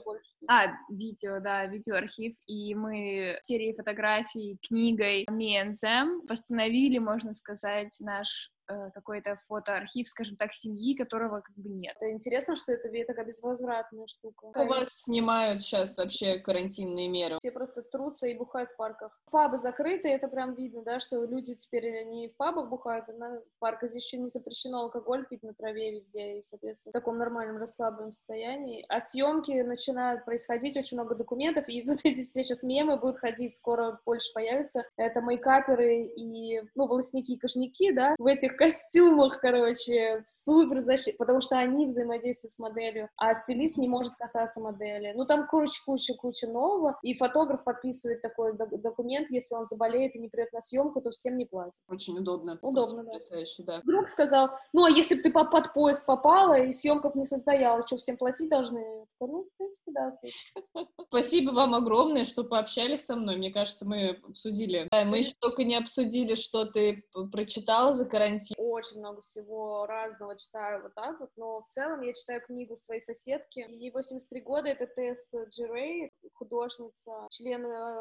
Видеоархив, и мы серией фотографий, книгой Me and Them восстановили, можно сказать, наш какой-то фотоархив, скажем так, семьи, которого как бы нет. Это интересно, что это такая безвозвратная штука. У вас снимают сейчас вообще карантинные меры? Все просто трутся и бухают в парках. Пабы закрыты, это прям видно, да, что люди теперь не в пабах бухают, а в парках. Здесь еще не запрещено алкоголь пить на траве везде, и, соответственно, в таком нормальном расслабленном состоянии. А съемки начинают происходить, очень много документов, и вот эти все сейчас мемы будут ходить, скоро больше появится. Это мейкаперы и, волосники и кожники, да, в этих в костюмах, короче, в супер защите, потому что они взаимодействуют с моделью, а стилист не может касаться модели. Ну, там, короче, куча нового, и фотограф подписывает такой документ, если он заболеет и не придет на съемку, то всем не платят. Очень удобно. Удобно, да. Потрясающе, да. Друг сказал, ну, а если бы ты под поезд попала, и съемка бы не состоялась, что, всем платить должны? Я такая, ну, в принципе, да, окей. Спасибо вам огромное, что пообщались со мной. Мне кажется, мы обсудили. Да, мы еще только не обсудили, что ты прочитала за карантин. Очень много всего разного читаю вот так вот, но в целом я читаю книгу своей соседки. Ей 83 года, это Тесс Джерей, художница, член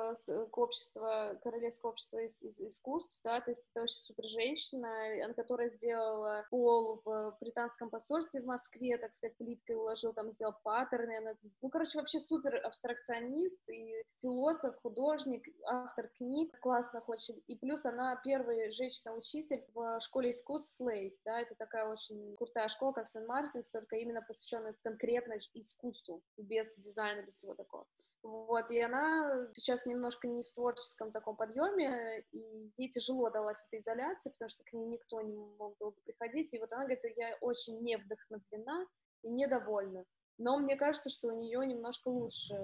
Королевского общества искусств, да, то есть это вообще супер женщина, которая сделала пол в британском посольстве в Москве, так сказать, плиткой уложил, там сделал паттерны, она, ну, короче, вообще супер абстракционист и философ, художник, автор книг, классных очень, и плюс она первый женщина-учитель в школе искусств Слейд, да, это такая очень крутая школа, как Сент-Мартинс, только именно посвященная конкретно искусству, без дизайна, без всего такого. Вот, и она сейчас немножко не в творческом таком подъеме, и ей тяжело далась эта изоляция, потому что к ней никто не мог долго приходить, и вот она говорит, я очень не вдохновлена и недовольна, но мне кажется, что у нее немножко лучше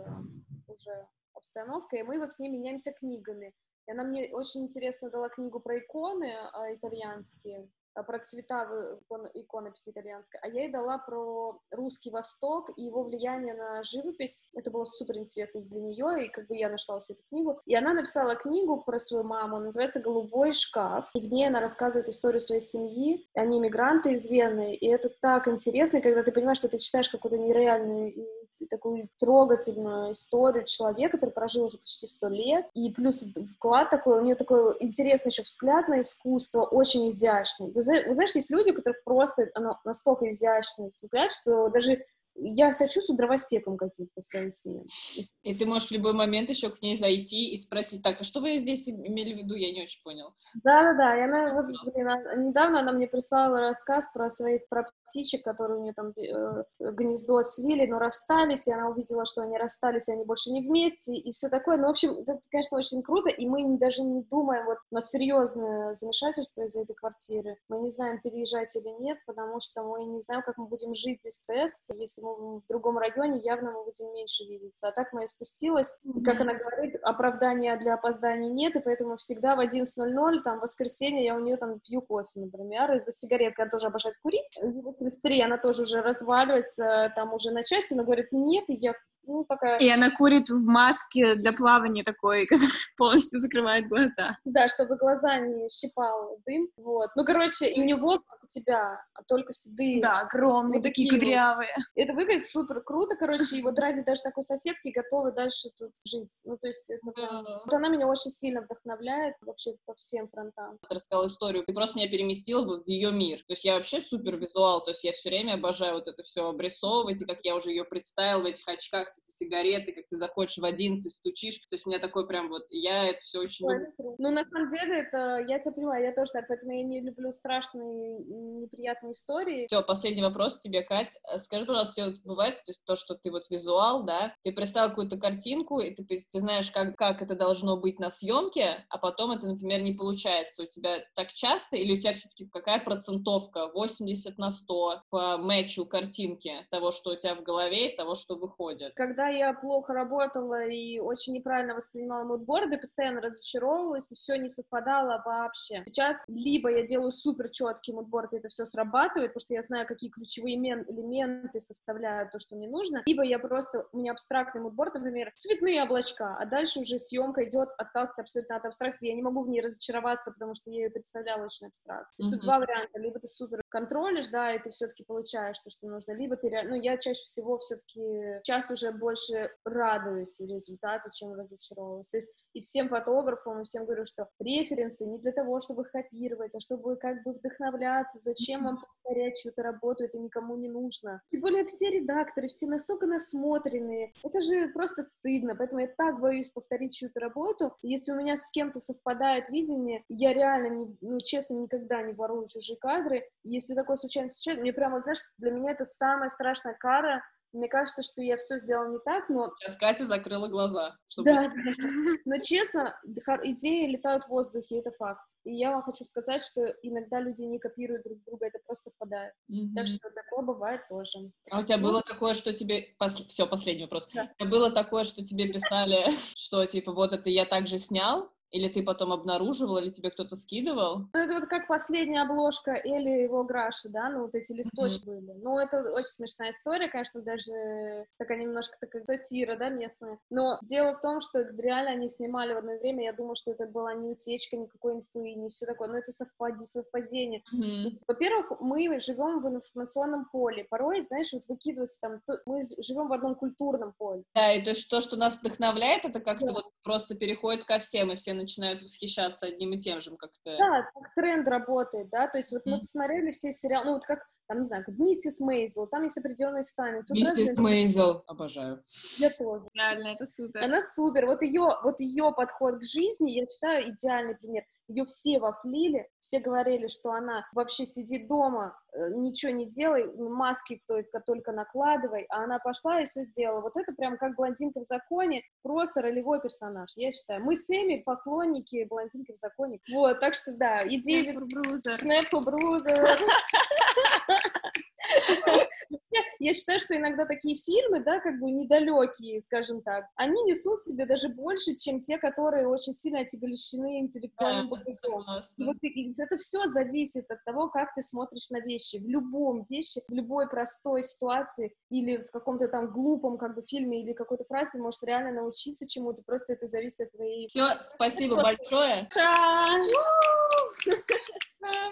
уже обстановка, и мы вот с ней меняемся книгами. И она мне очень интересно дала книгу про иконы итальянские, про цвета иконописи итальянской, а я ей дала про Русский Восток и его влияние на живопись. Это было супер интересно для нее, и как бы я нашла всю эту книгу. И она написала книгу про свою маму, называется «Голубой шкаф», и в ней она рассказывает историю своей семьи. Они мигранты из Вены, и это так интересно, когда ты понимаешь, что ты читаешь какую-то нереальную такую трогательную историю человека, который прожил уже почти 100 лет, и плюс вклад такой, у нее такой интересный еще взгляд на искусство, очень изящный. Вы знаешь, есть люди, у которых просто настолько изящный взгляд, что даже я себя чувствую дровосеком каким-то по сравнению с ним. И ты можешь в любой момент еще к ней зайти и спросить, так, а что вы здесь имели в виду? Я не очень понял. Да-да-да, и она, вот, блин, недавно она мне прислала рассказ про птичек, которые у нее там гнездо свили, но расстались, и она увидела, что они расстались, и они больше не вместе, и все такое. Ну, в общем, это, конечно, очень круто, и мы даже не думаем, вот, на серьезное замешательство из-за этой квартиры. Мы не знаем, переезжать или нет, потому что мы не знаем, как мы будем жить без ТЭС. Если мы в другом районе, явно мы будем меньше видеться. А так я спустилась, и, как она говорит, оправдания для опозданий нет, и поэтому всегда в 11:00, там, в воскресенье я у нее там пью кофе, например, из-за сигарет, она тоже обожает курить. И в 33 она тоже уже разваливается, там, уже на части, но говорит, нет, и я пока... И она курит в маске для плавания такой, которая полностью закрывает глаза. Да, чтобы глаза не щипал дым, вот. Ну, короче, и у нее волосы, как у тебя, а только седые. Да, огромные, вот такие вот. кудрявые. Это выглядит супер круто, короче, и вот ради даже такой соседки готовы дальше тут жить. Ну, то есть, это прям... Вот она меня очень сильно вдохновляет вообще по всем фронтам. Ты рассказала историю, ты просто меня переместила в ее мир. То есть я вообще супер визуал, то есть я все время обожаю вот это все обрисовывать, и как я уже ее представила в этих очках с этой сигаретой, как ты заходишь в 11, стучишь. То есть у меня такой прям вот, я это все очень люблю. Ну, на самом деле, это, я тебя понимаю, я тоже так, поэтому я не люблю страшные, неприятные истории. Все, последний вопрос тебе, Кать. Скажи, пожалуйста, тебе вот бывает то, что ты вот визуал, да, ты представил какую-то картинку, и ты знаешь, как это должно быть на съемке, а потом это, например, не получается. У тебя так часто, или у тебя все-таки какая процентовка? 80/100 по мэчу картинки того, что у тебя в голове, и того, что выходит? Когда я плохо работала и очень неправильно воспринимала мудборды, постоянно разочаровывалась, и все не совпадало вообще. Сейчас либо я делаю супер четкий мудборд, и это все срабатывает, потому что я знаю, какие ключевые элементы составляют то, что мне нужно, либо я просто, у меня абстрактный мудборд, например, цветные облачка, а дальше уже съемка идет отталкиваться абсолютно от абстракции, я не могу в ней разочароваться, потому что я ее представляла очень абстрактно. То есть тут два варианта, либо ты супер контролишь, да, и ты все-таки получаешь то, что нужно, либо ты реально, ну, я чаще всего все-таки сейчас уже больше радуюсь результату, чем разочаровываюсь. То есть и всем фотографам, и всем говорю, что референсы не для того, чтобы копировать, а чтобы как бы вдохновляться, зачем вам повторять чью-то работу, это никому не нужно. Тем более все редакторы, все настолько насмотренные, это же просто стыдно, поэтому я так боюсь повторить чью-то работу. Если у меня с кем-то совпадает видение, я реально, честно, никогда не ворую чужие кадры. Если такое случайно, мне прямо, знаешь, для меня это самая страшная кара, Мне кажется, что я все сделала не так, но... Сейчас Катя закрыла глаза. Да, но честно, идеи летают в воздухе, это факт. И я вам хочу сказать, что иногда люди не копируют друг друга, это просто совпадает. Так что такое бывает тоже. А у тебя было такое, что тебе... Все, последний вопрос. Да. У тебя было такое, что тебе писали, что, типа, вот это я также снял? Или ты потом обнаруживал, или тебе кто-то скидывал? Ну, это вот как последняя обложка Эли его Граши, да, ну, вот эти листочки были. Ну, это очень смешная история, конечно, даже такая немножко такая сатира, да, местная. Но дело в том, что реально они снимали в одно время, я думаю, что это была не утечка никакой инфы, не все такое, но это совпадение. Во-первых, мы живем в информационном поле. Порой, знаешь, вот выкидывается там, мы живем в одном культурном поле. Да, и то есть то, что нас вдохновляет, это как-то вот просто переходит ко всем, и все начинают восхищаться одним и тем же, как-то... Да, как тренд работает, да, то есть вот мы посмотрели все сериалы, ну вот как, там, не знаю, как «Миссис Мейзел», там есть определенные тайны. «Миссис Мейзел», обожаю. Я тоже. Реально, это супер. Она супер, вот ее подход к жизни, я считаю, идеальный пример. Ее все вафлили, все говорили, что она вообще сидит дома, ничего не делай, маски только накладывай, а она пошла и все сделала. Вот это прям как «Блондинка в законе», просто ролевой персонаж, я считаю. Мы с Эми поклонники «Блондинки в законе». Вот, так что да, идея... Снэп Брузер. Я считаю, что иногда такие фильмы, да, как бы недалекие, скажем так, они несут в себе даже больше, чем те, которые очень сильно отягощены интеллектуальным багажом. И вот это все зависит от того, как ты смотришь на вещи. В любом вещи, в любой простой ситуации или в каком-то там глупом как бы фильме или какой-то фразе ты можешь реально научиться чему-то, просто это зависит от твоей... Все, спасибо большое.